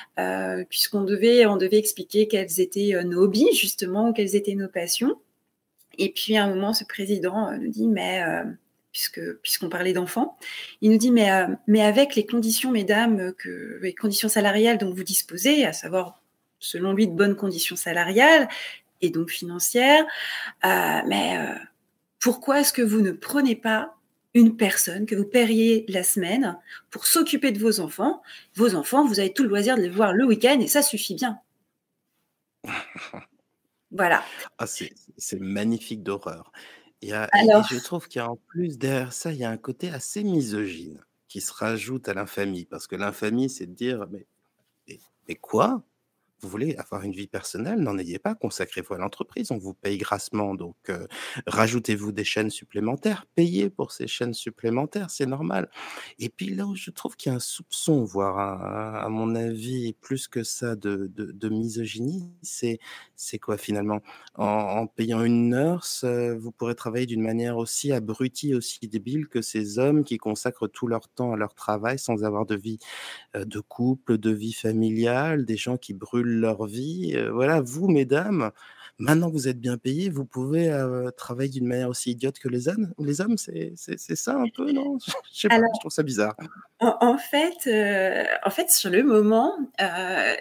on devait expliquer quels étaient nos hobbies, justement, quelles étaient nos passions. Et puis, à un moment, ce président nous dit, mais puisqu'on parlait d'enfants, il nous dit, mais avec les conditions, mesdames, les conditions salariales dont vous disposez, à savoir, selon lui, de bonnes conditions salariales et donc financières, mais pourquoi est-ce que vous ne prenez pas une personne que vous paieriez la semaine pour s'occuper de vos enfants? Vos enfants, vous avez tout le loisir de les voir le week-end et ça suffit bien. Voilà. Ah, c'est magnifique d'horreur. Et Alors, je trouve qu'il y a en plus derrière ça, il y a un côté assez misogyne qui se rajoute à l'infamie. Parce que l'infamie, c'est de dire: mais mais quoi? Vous voulez avoir une vie personnelle? N'en ayez pas, consacrez-vous à l'entreprise, on vous paye grassement, donc rajoutez-vous des chaînes supplémentaires, payez pour ces chaînes supplémentaires, c'est normal. Et puis là où je trouve qu'il y a un soupçon, voire à mon avis, plus que ça de misogynie, c'est quoi finalement? En payant une nurse, vous pourrez travailler d'une manière aussi abrutie, aussi débile que ces hommes qui consacrent tout leur temps à leur travail sans avoir de couple, de vie familiale, des gens qui brûlent leur vie, voilà, vous mesdames, maintenant que vous êtes bien payées, vous pouvez, travailler d'une manière aussi idiote que les hommes, c'est ça un peu, non? Je sais pas, je alors trouve ça bizarre. en fait, sur le moment,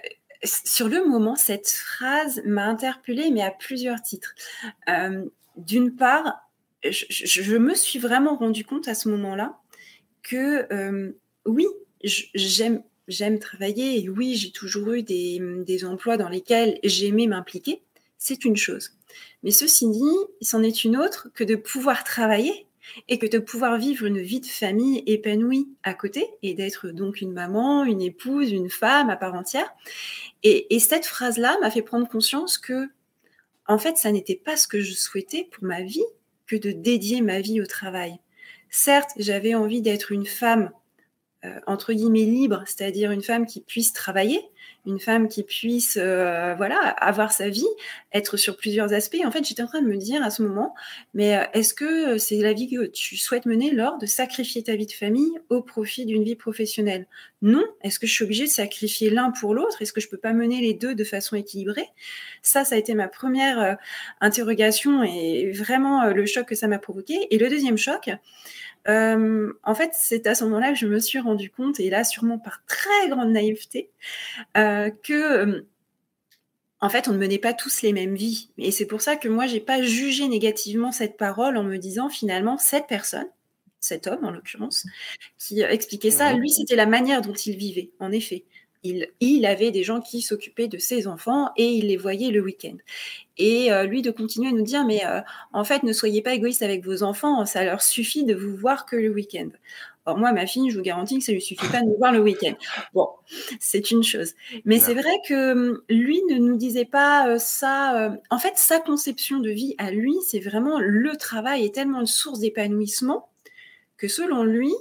Sur le moment, cette phrase m'a interpellée, mais à plusieurs titres. D'une part, je me suis vraiment rendu compte à ce moment-là que, oui, j'aime travailler et oui, j'ai toujours eu des emplois dans lesquels j'aimais m'impliquer, c'est une chose. Mais ceci dit, c'en est une autre que de pouvoir travailler et que de pouvoir vivre une vie de famille épanouie à côté et d'être donc une maman, une épouse, une femme à part entière. Et cette phrase-là m'a fait prendre conscience que, en fait, ça n'était pas ce que je souhaitais pour ma vie que de dédier ma vie au travail. Certes, j'avais envie d'être une femme entre guillemets libre, c'est-à-dire une femme qui puisse travailler, une femme qui puisse voilà, avoir sa vie, être sur plusieurs aspects. En fait, j'étais en train de me dire à ce moment, mais est-ce que c'est la vie que tu souhaites mener, Laure, de sacrifier ta vie de famille au profit d'une vie professionnelle? Non. Est-ce que je suis obligée de sacrifier l'un pour l'autre? Est-ce que je peux pas mener les deux de façon équilibrée? Ça a été ma première interrogation et vraiment le choc que ça m'a provoqué. Et le deuxième choc, en fait, c'est à ce moment-là que je me suis rendu compte, et là, sûrement par très grande naïveté, que, en fait, on ne menait pas tous les mêmes vies. Et c'est pour ça que moi, j'ai pas jugé négativement cette parole en me disant finalement, cette personne, cet homme en l'occurrence, qui expliquait ça, Mmh. lui, c'était la manière dont il vivait, en effet. Il avait des gens qui s'occupaient de ses enfants et il les voyait le week-end. Et lui de continuer à nous dire: «Mais en fait, ne soyez pas égoïste avec vos enfants, ça leur suffit de vous voir que le week-end». Or moi, ma fille, je vous garantis que ça lui suffit pas de me voir le week-end. Bon, c'est une chose. Mais Non. c'est vrai que, lui ne nous disait pas, ça, en fait, sa conception de vie à lui, c'est vraiment le travail est tellement une source d'épanouissement que selon lui,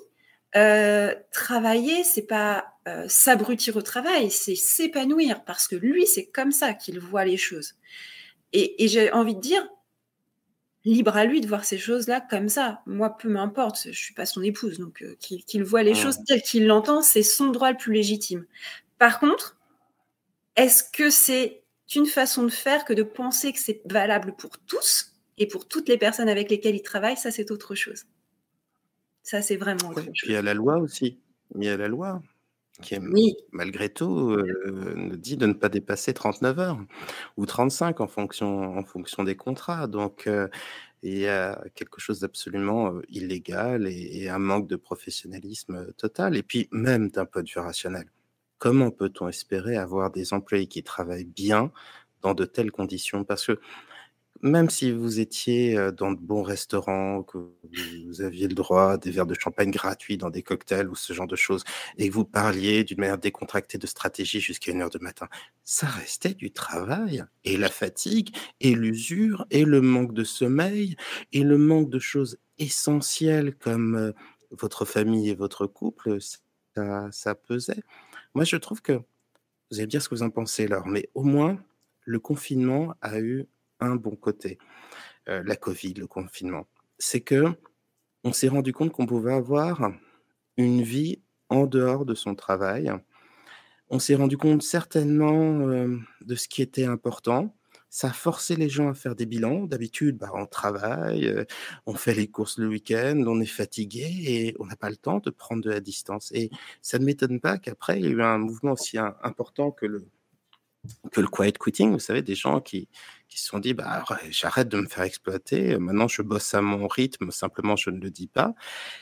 travailler, c'est pas, s'abrutir au travail, c'est s'épanouir parce que lui, c'est comme ça qu'il voit les choses. Et j'ai envie de dire, libre à lui de voir ces choses-là comme ça. Moi, peu m'importe, je suis pas son épouse, donc qu'il voit les choses Mmh. telles qu'il l'entend, c'est son droit le plus légitime. Par contre, est-ce que c'est une façon de faire que de penser que c'est valable pour tous et pour toutes les personnes avec lesquelles il travaille? Ça, c'est autre chose. Ça, c'est vraiment autre Ouais, puis il y chose. a la loi aussi. Il y a la loi qui est Oui, malgré tout, nous dit de ne pas dépasser 39 heures ou 35 en fonction des contrats. Donc, il y a quelque chose d'absolument, illégal et un manque de professionnalisme, total. Et puis même d'un point de vue rationnel, comment peut-on espérer avoir des employés qui travaillent bien dans de telles conditions? Parce que même si vous étiez, dans de bons restaurants, que vous aviez le droit à des verres de champagne gratuits dans des cocktails ou ce genre de choses et que vous parliez d'une manière décontractée de stratégie jusqu'à 1 heure du matin, ça restait du travail et la fatigue et l'usure et le manque de sommeil et le manque de choses essentielles comme, votre famille et votre couple, ça pesait. Moi, je trouve que vous allez me dire ce que vous en pensez, Laure, mais au moins le confinement a eu un bon côté, la Covid, le confinement. C'est que on s'est rendu compte qu'on pouvait avoir une vie en dehors de son travail. On s'est rendu compte certainement, de ce qui était important. Ça a forcé les gens à faire des bilans. D'habitude, bah, on travaille, on fait les courses le week-end, on est fatigué et on n'a pas le temps de prendre de la distance et ça ne m'étonne pas qu'après il y ait eu un mouvement aussi important que le quiet quitting, vous savez, des gens qui se sont dit: «Bah, ouais, j'arrête de me faire exploiter, maintenant je bosse à mon rythme, simplement je ne le dis pas».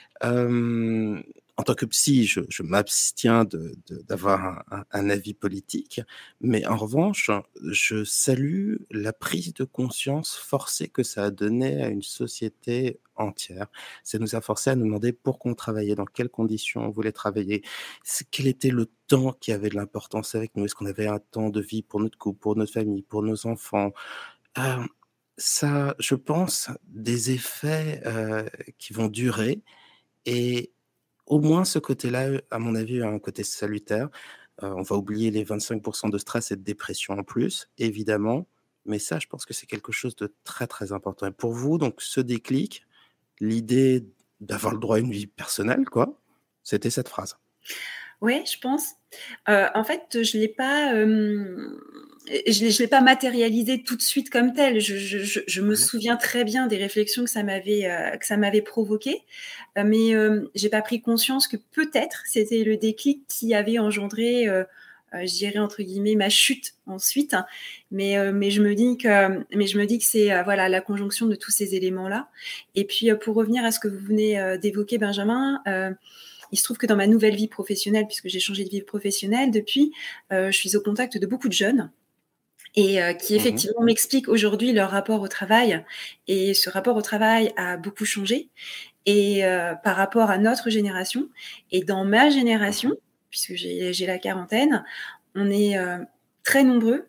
Hem, En tant que psy, je m'abstiens d'avoir un avis politique, mais en revanche, je salue la prise de conscience forcée que ça a donnée à une société entière. Ça nous a forcés à nous demander pourquoi on travaillait, dans quelles conditions on voulait travailler, quel était le temps qui avait de l'importance avec nous. Est-ce qu'on avait un temps de vie pour notre couple, pour notre famille, pour nos enfants? Hem, Ça, je pense, des effets, qui vont durer et au moins ce côté-là, à mon avis, a un côté salutaire. On va oublier les 25 de stress et de dépression en plus, évidemment, mais ça, je pense que c'est quelque chose de très, très important. Et pour vous, donc ce déclic, l'idée d'avoir le droit à une vie personnelle, quoi, c'était cette phrase? ouais, je pense. En fait, je l'ai pas, je l'ai pas matérialisé tout de suite comme tel. Je me Mmh. souviens très bien des réflexions que ça m'avait provoquées, mais j'ai pas pris conscience que peut-être c'était le déclic qui avait engendré, je dirais entre guillemets ma chute ensuite. Mais je me dis que c'est voilà la conjonction de tous ces éléments-là. Et puis pour revenir à ce que vous venez d'évoquer, Benjamin, il se trouve que dans ma nouvelle vie professionnelle, puisque j'ai changé de vie professionnelle depuis, je suis au contact de beaucoup de jeunes et qui Mmh. effectivement m'expliquent aujourd'hui leur rapport au travail. Et ce rapport au travail a beaucoup changé et par rapport à notre génération. Et dans ma génération, Mmh. puisque j'ai la quarantaine, on est très nombreux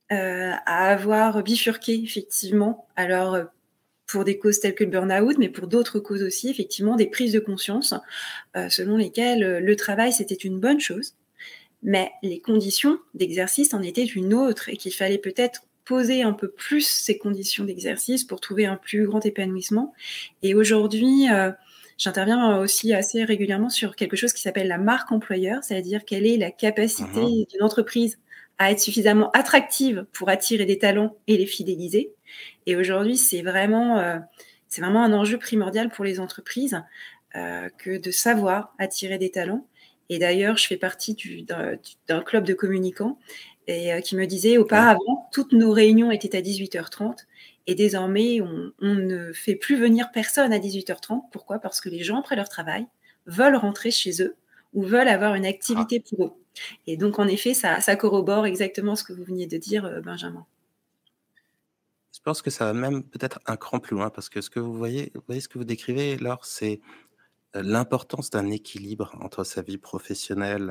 à avoir bifurqué effectivement. Alors pour des causes telles que le burn-out, mais pour d'autres causes aussi, effectivement, des prises de conscience selon lesquelles le travail, c'était une bonne chose, mais les conditions d'exercice en étaient une autre et qu'il fallait peut-être poser un peu plus ces conditions d'exercice pour trouver un plus grand épanouissement. Et aujourd'hui, j'interviens aussi assez régulièrement sur quelque chose qui s'appelle la marque employeur, c'est-à-dire quelle est la Mmh. capacité d'une entreprise à être suffisamment attractive pour attirer des talents et les fidéliser. Et aujourd'hui, c'est vraiment un enjeu primordial pour les entreprises que de savoir attirer des talents. Et d'ailleurs, je fais partie d'un club de communicants et qui me disait Ouais. auparavant, toutes nos réunions étaient à 18h30 et désormais, on ne fait plus venir personne à 18h30. Pourquoi ? Parce que les gens, après leur travail, veulent rentrer chez eux ou veulent avoir une Ah, activité pour eux. Et donc, en effet, ça corrobore exactement ce que vous veniez de dire, Benjamin. je pense que ça va même peut-être un cran plus loin parce que ce que vous voyez ce que vous décrivez, Laure, c'est l'importance d'un équilibre entre sa vie professionnelle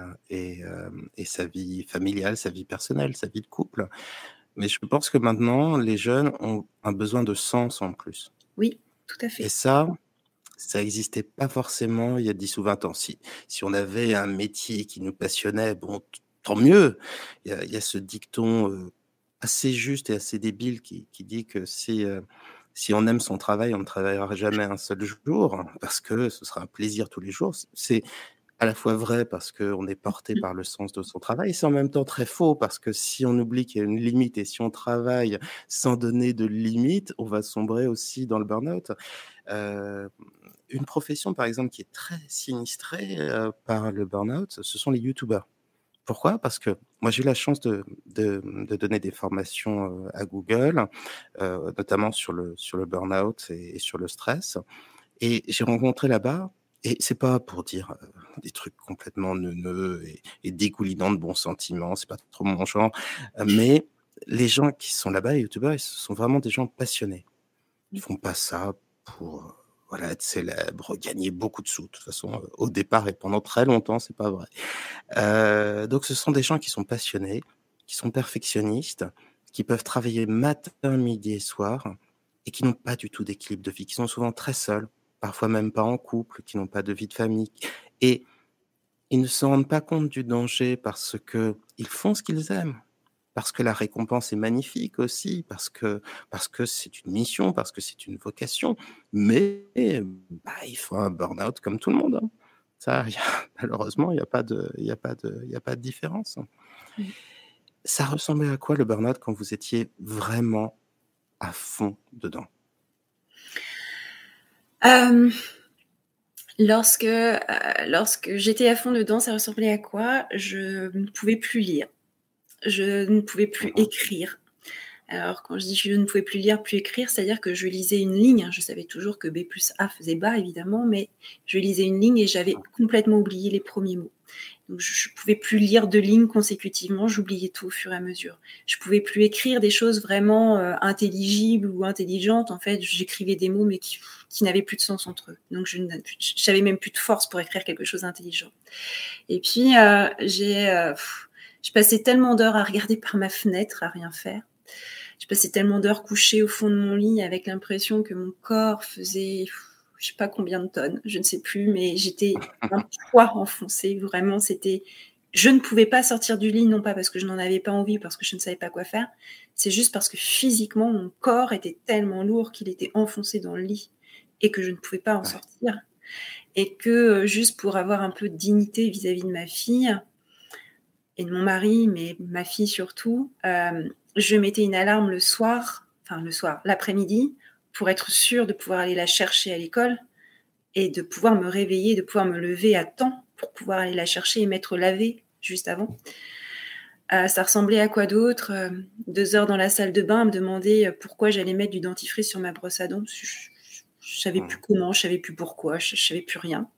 et sa vie familiale, sa vie personnelle, sa vie de couple. Mais je pense que maintenant, les jeunes ont un besoin de sens en plus. Oui, tout à Et fait. ça existait pas forcément il y a 10 ou 20 ans. Si on avait un métier qui nous passionnait, bon, tant mieux. Il y a ce dicton, assez juste et assez débile qui dit que si on aime son travail, on ne travaillera jamais un seul jour parce que ce sera un plaisir tous les jours. C'est à la fois vrai parce qu'on est porté Mmh. par le sens de son travail, c'est en même temps très faux parce que si on oublie qu'il y a une limite et si on travaille sans donner de limite, on va sombrer aussi dans le burn-out. Heu, une profession, par exemple, qui est très sinistrée, par le burn-out, ce sont les youtubeurs. Pourquoi? Parce que moi, j'ai eu la chance de donner des formations, à Google, notamment sur le burn-out et sur le stress et j'ai rencontré là-bas et c'est pas pour dire, des trucs complètement neuneux et dégoulinants de bons sentiments, c'est pas trop mon genre, mais les gens qui sont là-bas, les youtubeurs, ils sont vraiment des gens passionnés. Ils font pas ça pour, voilà, être célèbres, gagner beaucoup de sous. De toute façon, au départ et pendant très longtemps, c'est pas vrai. Donc ce sont des gens qui sont passionnés, qui sont perfectionnistes, qui peuvent travailler matin, midi et soir et qui n'ont pas du tout d'équilibre de vie, qui sont souvent très seuls, parfois même pas en couple, qui n'ont pas de vie de famille et ils ne se rendent pas compte du danger parce qu'ils font ce qu'ils aiment. Parce que la récompense est magnifique aussi, parce que c'est une mission, parce que c'est une vocation, mais bah, il faut un burn-out comme tout le monde, hein. Ça, il y a malheureusement, il y a pas de différence. Mmh. Ça ressemblait à quoi le burn-out quand vous étiez vraiment à fond dedans? Hem, lorsque j'étais à fond dedans, ça ressemblait à quoi? Je ne pouvais plus lire, je ne pouvais plus Mmh. écrire. Alors quand je dis: «Je ne pouvais plus lire, plus écrire», c'est-à-dire que je lisais une ligne, hein, je savais toujours que B+A faisait bas évidemment, mais je lisais une ligne et j'avais complètement oublié les premiers mots. Donc je pouvais plus lire 2 lignes consécutivement, j'oubliais tout au fur et à mesure. Je pouvais plus écrire des choses vraiment, intelligibles ou intelligentes. En fait, j'écrivais des mots, mais qui n'avaient plus de sens entre eux. Donc j'avais même plus de force pour écrire quelque chose d'intelligent. Et puis, je passais tellement d'heures à regarder par ma fenêtre, à rien faire. Je passais tellement d'heures couchée au fond de mon lit avec l'impression que mon corps faisait, je sais pas combien de tonnes, je ne sais plus, mais j'étais un poids enfoncé. Vraiment, je ne pouvais pas sortir du lit, non pas parce que je n'en avais pas envie, parce que je ne savais pas quoi faire. C'est juste parce que physiquement, mon corps était tellement lourd qu'il était enfoncé dans le lit et que je ne pouvais pas en Ouais. sortir. Et que juste pour avoir un peu de dignité vis-à-vis de ma fille et de mon mari, mais ma fille surtout, je mettais une alarme le soir, l'après-midi, pour être sûre de pouvoir aller la chercher à l'école et de pouvoir me réveiller, de pouvoir me lever à temps pour pouvoir aller la chercher et m'être lavée juste avant. Ça ressemblait à quoi d'autre? 2 heures dans la salle de bain à me demander, pourquoi j'allais mettre du dentifrice sur ma brosse à dents. Je savais plus comment, je savais plus pourquoi, je savais plus rien.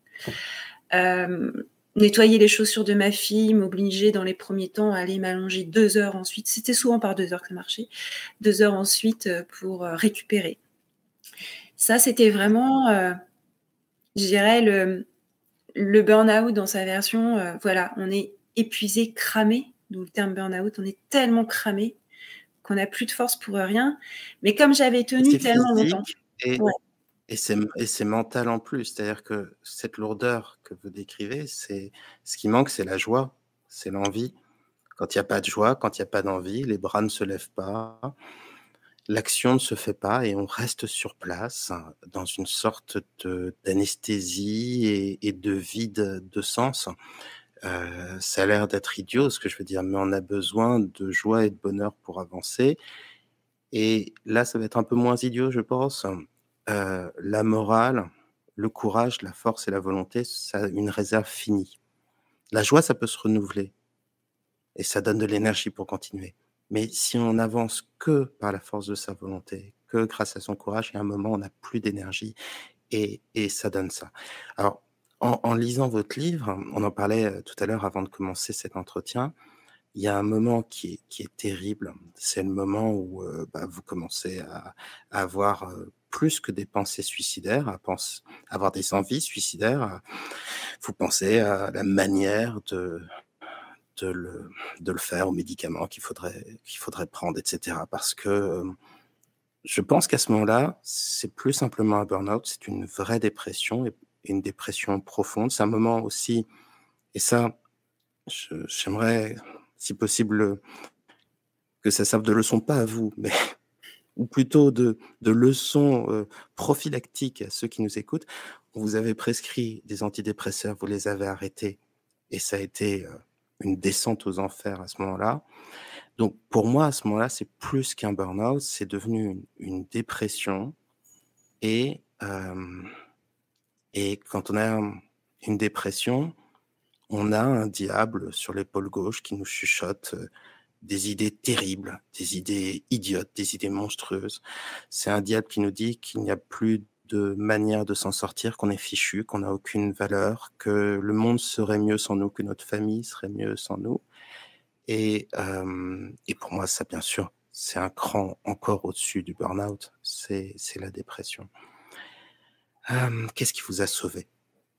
Nettoyer les chaussures de ma fille, m'obliger dans les premiers temps à aller m'allonger 2 heures ensuite. C'était souvent par 2 heures que ça marchait. 2 heures ensuite, pour, récupérer. Ça, c'était vraiment, je dirais le burn-out dans sa version, voilà, on est épuisé, cramé, d'où le terme burn-out. On est tellement cramé qu'on n'a plus de force pour rien. Mais comme j'avais tenu C'est tellement longtemps, physique et ouais, c'est mental en plus. C'est-à-dire que cette lourdeur que vous décrivez, c'est ce qui manque, c'est la joie, c'est l'envie. Quand il y a pas de joie, quand il y a pas d'envie, les bras ne se lèvent pas, l'action ne se fait pas et on reste sur place dans une sorte d'anesthésie et de vide de sens. Ça a l'air d'être idiot ce que je veux dire, mais on a besoin de joie et de bonheur pour avancer et là, ça va être un peu moins idiot, je pense. La morale, le courage, la force et la volonté, ça a une réserve finie. La joie, ça peut se renouveler et ça donne de l'énergie pour continuer. Mais si on n'avance que par la force de sa volonté, que grâce à son courage, il y a un moment, on n'a plus d'énergie et ça donne ça. Alors, en lisant votre livre, on en parlait tout à l'heure avant de commencer cet entretien, il y a un moment qui est terrible. C'est le moment où vous commencez à avoir plus que des pensées suicidaires, à avoir des envies suicidaires. Vous pensez à la manière de le, de le faire, aux médicaments qu'il faudrait prendre, etc. Parce que je pense qu'à ce moment-là, c'est plus simplement un burn-out, c'est une vraie dépression et une dépression profonde. C'est un moment aussi, et ça, j'aimerais, si possible, que ça serve de leçon, pas à vous, mais ou plutôt de leçon prophylactique à ceux qui nous écoutent. On vous avait prescrit des antidépresseurs, vous les avez arrêtés et ça a été une descente aux enfers à ce moment-là. Donc pour moi, à ce moment-là, c'est plus qu'un burn-out, c'est devenu une dépression et, et quand on a une dépression, on a un diable sur l'épaule gauche qui nous chuchote des idées terribles, des idées idiotes, des idées monstrueuses. C'est un diable qui nous dit qu'il n'y a plus de manière de s'en sortir, qu'on est fichu, qu'on n'a aucune valeur, que le monde serait mieux sans nous, que notre famille serait mieux sans nous. Et pour moi, ça, bien sûr, c'est un cran encore au-dessus du burn-out, c'est la dépression. Qu'est-ce qui vous a sauvé?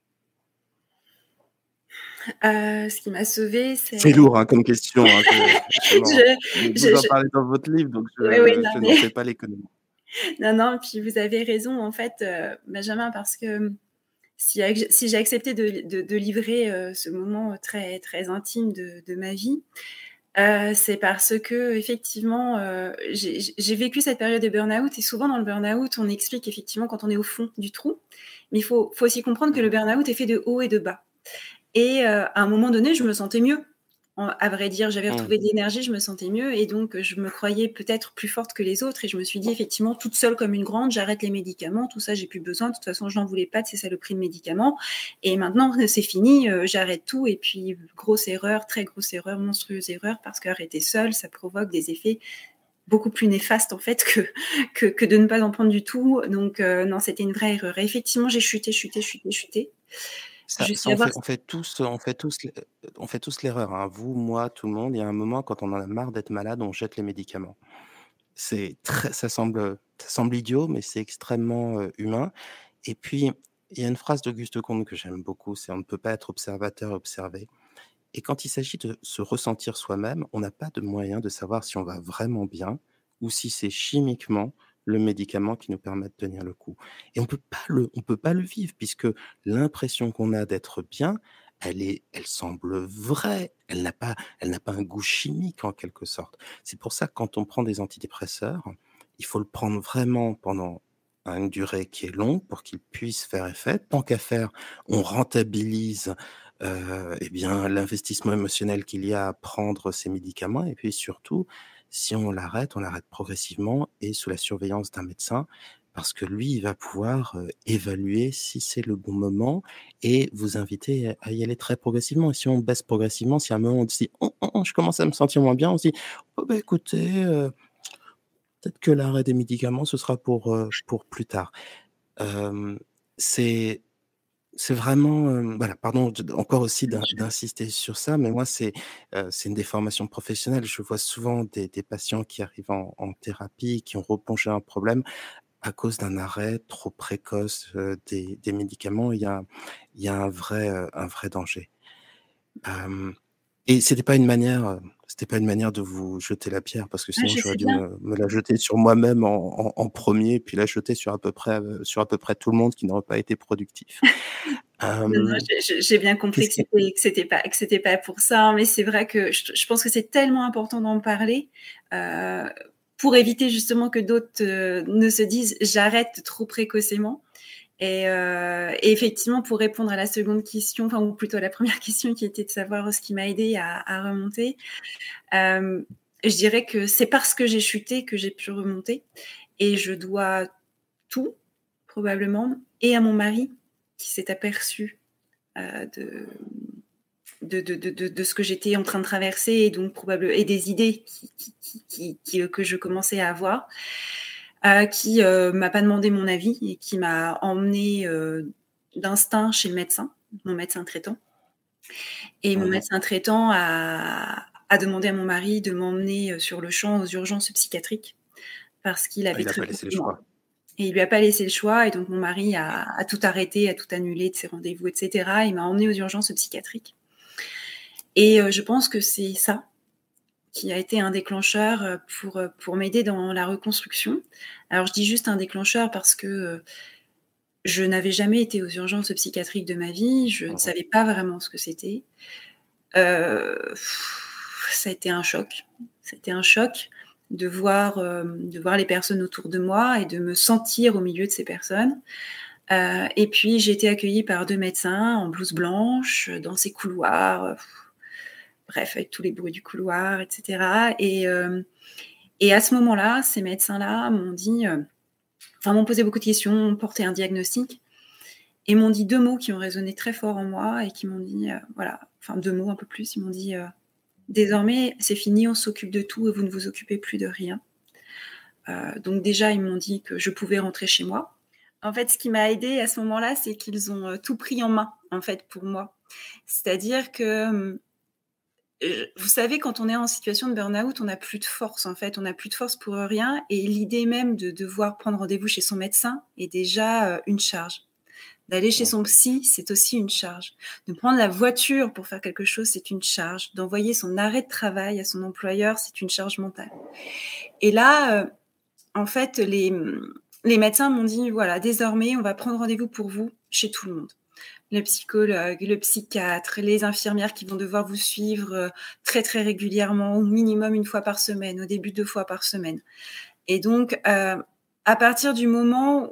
Ce qui m'a sauvée, C'est c'est lourd hein, comme question, hein, mais vous en je parlez dans votre livre, donc oui, oui, non, je n'en mais fais pas l'économie. non, non, puis vous avez raison, en fait, Benjamin, parce que si j'ai accepté de livrer, ce moment très, très intime de ma vie, c'est parce qu'effectivement, j'ai vécu cette période de burn-out et souvent dans le burn-out, on explique effectivement quand on est au fond du trou, mais il faut aussi comprendre que le burn-out est fait de haut et de bas et à un moment donné, je me sentais mieux. À vrai dire, j'avais retrouvé de l'énergie, je me sentais mieux et donc je me croyais peut-être plus forte que les autres et je me suis dit effectivement toute seule comme une grande, j'arrête les médicaments, tout ça, j'ai plus besoin, de toute façon, je n'en voulais pas de ces saloperies de médicaments et maintenant c'est fini, j'arrête tout et puis grosse erreur, très grosse erreur, monstrueuse erreur parce qu'arrêter seule, ça provoque des effets beaucoup plus néfastes en fait que de ne pas en prendre du tout. Donc non, c'était une vraie erreur. Et effectivement, j'ai chuté Ça, jusqu'à avoir on fait tous l'erreur, hein. Vous, moi, tout le monde. Il y a un moment, quand on en a marre d'être malade, on jette les médicaments. Ça semble idiot, mais c'est extrêmement humain. Et puis, il y a une phrase d'Auguste Comte que j'aime beaucoup, c'est on ne peut pas être observateur et observé. Et quand il s'agit de se ressentir soi-même, on n'a pas de moyen de savoir si on va vraiment bien ou si c'est chimiquement le médicament qui nous permet de tenir le coup. Et on peut pas le vivre puisque l'impression qu'on a d'être bien, elle semble vraie. Elle n'a pas un goût chimique en quelque sorte. C'est pour ça que quand on prend des antidépresseurs, il faut le prendre vraiment pendant une durée qui est longue pour qu'il puisse faire effet. Tant qu'à faire, on rentabilise eh bien, l'investissement émotionnel qu'il y a à prendre ces médicaments et puis surtout, si on l'arrête progressivement et sous la surveillance d'un médecin parce que lui, il va pouvoir, évaluer si c'est le bon moment et vous inviter à y aller très progressivement. Et si on baisse progressivement, si à un moment on se dit: «Oh, oh, oh, je commence à me sentir moins bien», on se dit: «Oh bah, écoutez, peut-être que l'arrêt des médicaments, ce sera pour plus tard». Hem, c'est c'est vraiment, voilà, pardon de encore aussi d'insister sur ça, mais moi c'est une déformation professionnelle. Je vois souvent des patients qui arrivent en thérapie, qui ont replongé un problème à cause d'un arrêt trop précoce, des médicaments. Il y a un vrai danger. Hem et c'était pas une manière de vous jeter la pierre parce que Ah, sinon je j'aurais sais dû bien. me la jeter sur moi-même en 1 puis la jeter sur à peu près tout le monde qui n'aurait pas été productif. Non, non, Hem, j'ai bien compris qu'est-ce que qui c'était pas pour ça, hein, mais c'est vrai que je pense que c'est tellement important d'en parler, heu, pour éviter justement que d'autres, ne se disent: «J'arrête trop précocement». Et effectivement, pour répondre à la seconde question, enfin, ou plutôt à la première question qui était de savoir ce qui m'a aidée à remonter, hem, je dirais que c'est parce que j'ai chuté que j'ai pu remonter, et je dois tout, probablement, et à mon mari qui s'est aperçu, de ce que j'étais en train de traverser, et donc et des idées que je commençais à avoir, qui m'a pas demandé mon avis et qui m'a emmenée, d'instinct chez le médecin, mon médecin traitant. Et mon Mmh. médecin traitant a demandé à mon mari de m'emmener, sur le champ aux urgences psychiatriques parce qu'il Ah, avait il a très pas peur laissé le de moi. choix. Et il lui a pas laissé le choix, et donc mon mari a tout arrêté, a tout annulé de ses rendez-vous, et cetera. Il m'a emmenée aux urgences psychiatriques, et je pense que c'est ça qui a été un déclencheur, pour m'aider dans la reconstruction. Alors je dis juste un déclencheur parce que, je n'avais jamais été aux urgences psychiatriques de ma vie, je ne Mmh. savais pas vraiment ce que c'était. Heu, Ça a été un choc. C'était un choc de voir les personnes autour de moi et de me sentir au milieu de ces personnes. Et puis j'ai été accueillie par 2 médecins en blouse blanche, dans ces couloirs, bref, avec tous les bruits du couloir, et cetera. Et à ce moment-là, ces médecins-là m'ont dit, enfin m'ont posé beaucoup de questions, m'ont porté un diagnostic et m'ont dit 2 mots qui ont résonné très fort en moi et qui m'ont dit, voilà, enfin 2 mots, un peu plus, ils m'ont dit, «Désormais, c'est fini, on s'occupe de tout et vous ne vous occupez plus de rien». Donc déjà, ils m'ont dit que je pouvais rentrer chez moi. En fait, ce qui m'a aidée à ce moment-là, c'est qu'ils ont, tout pris en main, en fait, pour moi. C'est-à-dire que, vous savez, quand on est en situation de burn-out, on n'a plus de force, en fait, on n'a plus de force pour rien, et l'idée même de devoir prendre rendez-vous chez son médecin est déjà, une charge. D'aller chez Mmh. son psy, c'est aussi une charge. De prendre la voiture pour faire quelque chose, c'est une charge. D'envoyer son arrêt de travail à son employeur, c'est une charge mentale. Et là, en fait, les médecins m'ont dit: «Voilà, désormais, on va prendre rendez-vous pour vous chez tout le monde. Le psychologue, le psychiatre, les infirmières qui vont devoir vous suivre, très, très régulièrement, au minimum 1 fois par semaine, au début 2 fois par semaine». Et donc, à partir du moment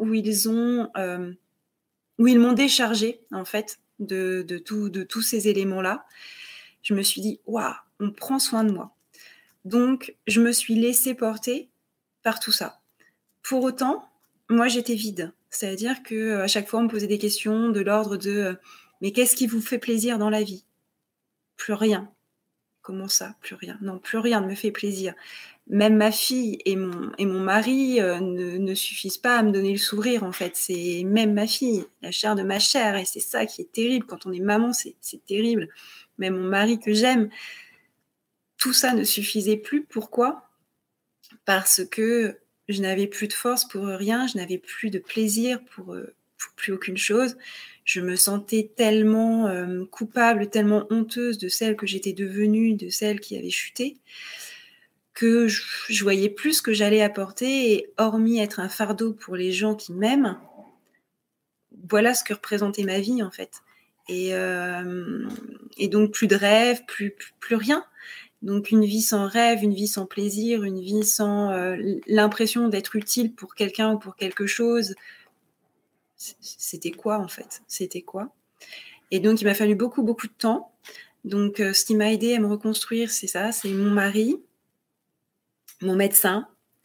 où ils m'ont déchargée, en fait, de tous ces éléments-là, je me suis dit: «Waouh, on prend soin de moi». Donc je me suis laissée porter par tout ça. Pour autant, moi, j'étais vide. C'est-à-dire qu'à chaque fois, on me posait des questions de l'ordre de, «Mais qu'est-ce qui vous fait plaisir dans la vie?» «Plus rien». «Comment ça, plus rien?» «Non, plus rien ne me fait plaisir». Même ma fille et mon mari, ne suffisent pas à me donner le sourire, en fait. C'est même ma fille, la chair de ma chair, et c'est ça qui est terrible. Quand on est maman, c'est terrible. Même mon mari que j'aime, tout ça ne suffisait plus. Pourquoi? Parce que je n'avais plus de force pour rien, je n'avais plus de plaisir pour plus aucune chose. Je me sentais tellement, coupable, tellement honteuse de celle que j'étais devenue, de celle qui avait chuté, que je voyais plus ce que j'allais apporter, et hormis être un fardeau pour les gens qui m'aiment, voilà ce que représentait ma vie, en fait. Et hem et donc plus de rêve, plus rien. Donc une vie sans rêve, une vie sans plaisir, une vie sans, l'impression d'être utile pour quelqu'un ou pour quelque chose. C'était quoi, en fait? C'était quoi? Et donc il m'a fallu beaucoup, beaucoup de temps. Donc ce qui m'a aidée à me reconstruire, c'est ça, c'est mon mari, mon médecin,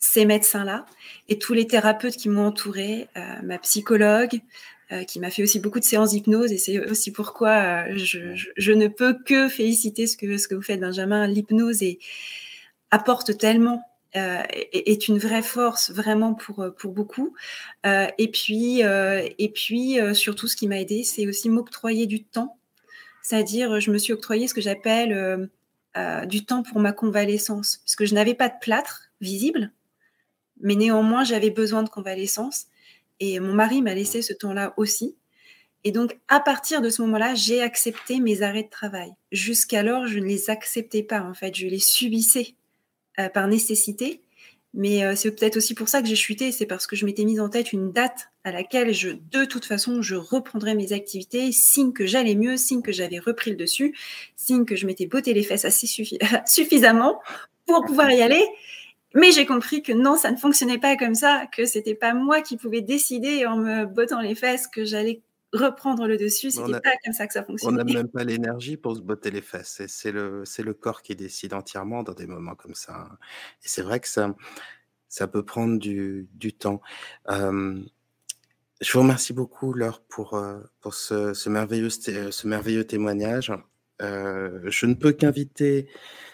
ces médecins-là et tous les thérapeutes qui m'ont entourée, ma psychologue, qui m'a fait aussi beaucoup de séances d'hypnose, et c'est aussi pourquoi je ne peux que féliciter ce que vous faites, Benjamin. L'hypnose apporte tellement, est une vraie force vraiment pour beaucoup. Et puis surtout, ce qui m'a aidée, c'est aussi m'octroyer du temps. C'est-à-dire, je me suis octroyé ce que j'appelle du temps pour ma convalescence, parce que je n'avais pas de plâtre visible, mais néanmoins, j'avais besoin de convalescence. Et mon mari m'a laissé ce temps-là aussi. Et donc, à partir de ce moment-là, j'ai accepté mes arrêts de travail. Jusqu'alors, je ne les acceptais pas, en fait. Je les subissais par nécessité. Mais c'est peut-être aussi pour ça que j'ai chuté. C'est parce que je m'étais mise en tête une date à laquelle, de toute façon, je reprendrais mes activités. Signe que j'allais mieux, signe que j'avais repris le dessus, signe que je m'étais botté les fesses assez suffisamment pour pouvoir y aller. Mais j'ai compris que non, ça ne fonctionnait pas comme ça, que c'était pas moi qui pouvais décider en me bottant les fesses que j'allais reprendre le dessus. C'était pas comme ça que ça On fonctionnait. n'a même pas l'énergie pour se botter les fesses. C'est le corps qui décide entièrement dans des moments comme ça, hein. Et c'est vrai que ça peut prendre du temps. Je vous remercie beaucoup, Laure, pour ce merveilleux témoignage. Je ne peux qu'inviter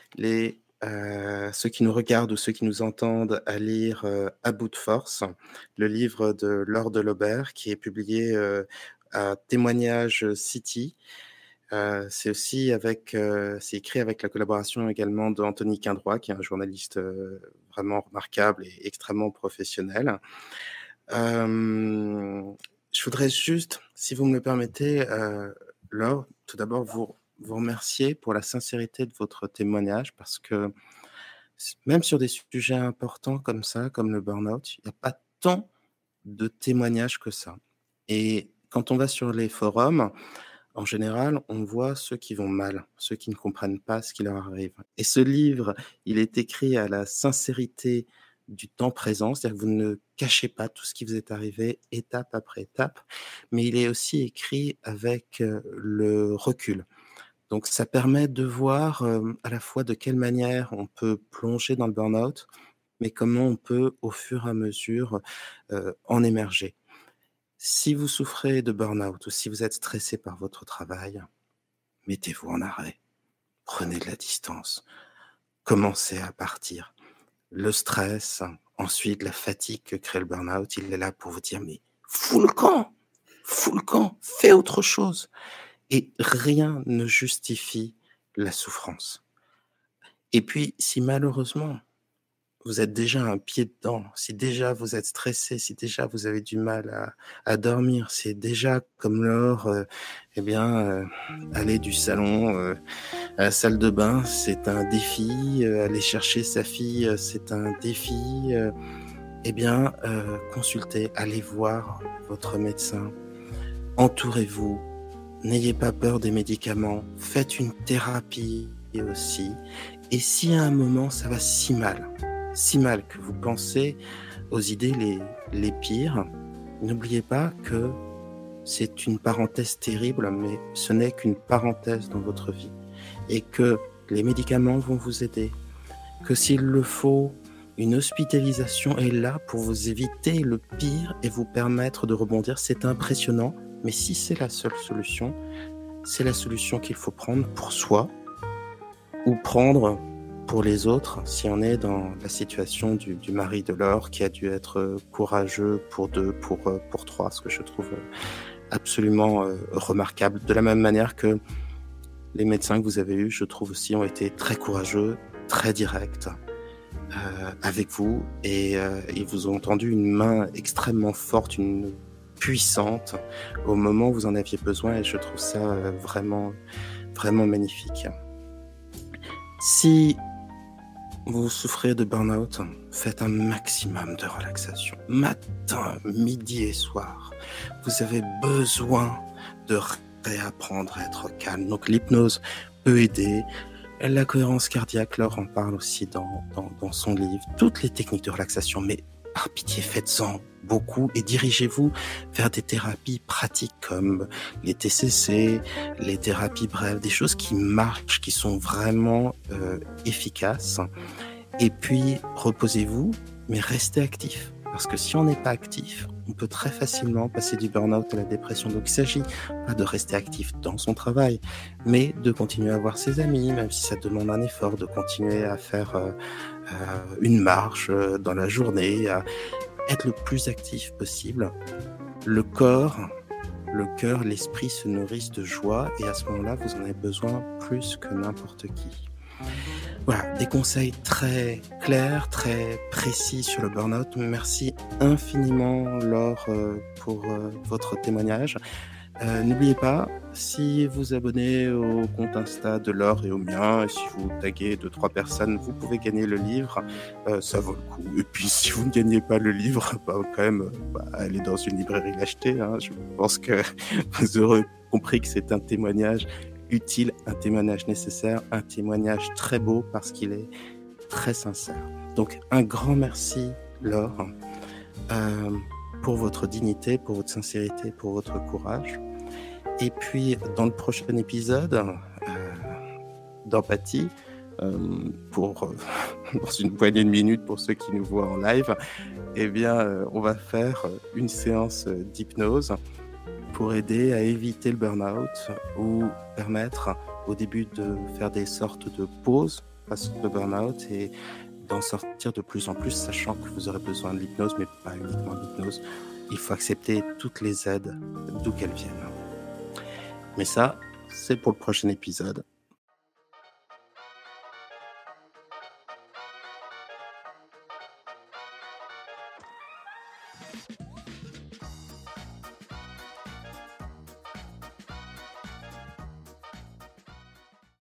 ceux qui nous regardent ou ceux qui nous entendent à lire À bout de force, le livre de Laure Delobert, qui est publié à Témoignage City. C'est aussi c'est écrit avec la collaboration également d'Anthony Quindroy, qui est un journaliste vraiment remarquable et extrêmement professionnel. Je voudrais juste, si vous me le permettez, Laure, tout d'abord vous remercier pour la sincérité de votre témoignage, parce que même sur des sujets importants comme ça, comme le burn-out, il n'y a pas tant de témoignages que ça. Et quand on va sur les forums, en général, on voit ceux qui vont mal, ceux qui ne comprennent pas ce qui leur arrive. Et ce livre, il est écrit à la sincérité du temps présent, c'est-à-dire que vous ne cachez pas tout ce qui vous est arrivé étape après étape, mais il est aussi écrit avec le recul. Donc ça permet de voir à la fois de quelle manière on peut plonger dans le burn-out, mais comment on peut au fur et à mesure en émerger. Si vous souffrez de burn-out ou si vous êtes stressé par votre travail, mettez-vous en arrêt, prenez de la distance, commencez à partir. Le stress, ensuite la fatigue que crée le burn-out, il est là pour vous dire mais fous le camp, fais autre chose. Et rien ne justifie la souffrance. Et puis, si malheureusement, vous êtes déjà un pied dedans, si déjà vous êtes stressé, si déjà vous avez du mal à dormir, si déjà, comme Laure, aller du salon à la salle de bain, c'est un défi, aller chercher sa fille, c'est un défi, consultez, allez voir votre médecin, entourez-vous. N'ayez pas peur des médicaments, faites une thérapie aussi. Et si à un moment ça va si mal que vous pensez aux idées les pires, n'oubliez pas que c'est une parenthèse terrible, mais ce n'est qu'une parenthèse dans votre vie. Et que les médicaments vont vous aider, que s'il le faut, une hospitalisation est là pour vous éviter le pire et vous permettre de rebondir. C'est impressionnant. Mais si c'est la seule solution, c'est la solution qu'il faut prendre pour soi ou prendre pour les autres, si on est dans la situation du mari de Laure qui a dû être courageux pour 2, pour 3, ce que je trouve absolument remarquable. De la même manière que les médecins que vous avez eus, je trouve aussi, ont été très courageux, très directs avec vous et ils vous ont tendu une main extrêmement forte, une puissante au moment où vous en aviez besoin et je trouve ça vraiment, vraiment magnifique. Si vous souffrez de burn-out, faites un maximum de relaxation. Matin, midi et soir, vous avez besoin de réapprendre à être calme. Donc l'hypnose peut aider. La cohérence cardiaque, Laure en parle aussi dans son livre. Toutes les techniques de relaxation, mais par pitié, faites-en beaucoup et dirigez-vous vers des thérapies pratiques comme les TCC, les thérapies brèves, des choses qui marchent, qui sont vraiment efficaces. Et puis, reposez-vous mais restez actif. Parce que si on n'est pas actif, on peut très facilement passer du burn-out à la dépression. Donc il s'agit pas de rester actif dans son travail, mais de continuer à voir ses amis, même si ça demande un effort, de continuer à faire une marche dans la journée, à être le plus actif possible. Le corps, le cœur, l'esprit se nourrissent de joie et à ce moment-là, vous en avez besoin plus que n'importe qui. Voilà, des conseils très clairs, très précis sur le burn-out. Merci infiniment, Laure, pour votre témoignage. N'oubliez pas, si vous abonnez au compte Insta de Laure et au mien, et si vous taguez 2-3 personnes, vous pouvez gagner le livre. Ça vaut le coup. Et puis, si vous ne gagnez pas le livre, quand même, allez dans une librairie l'acheter. Hein. Je pense que vous aurez compris que c'est un témoignage utile, un témoignage nécessaire, un témoignage très beau parce qu'il est très sincère. Donc, un grand merci, Laure, pour votre dignité, pour votre sincérité, pour votre courage. Et puis, dans le prochain épisode d'Empathie, dans une poignée de minutes pour ceux qui nous voient en live, eh bien, on va faire une séance d'hypnose pour aider à éviter le burn-out ou permettre au début de faire des sortes de pauses face au burn-out et d'en sortir de plus en plus, sachant que vous aurez besoin de l'hypnose, mais pas uniquement de l'hypnose. Il faut accepter toutes les aides, d'où qu'elles viennent. Mais ça, c'est pour le prochain épisode.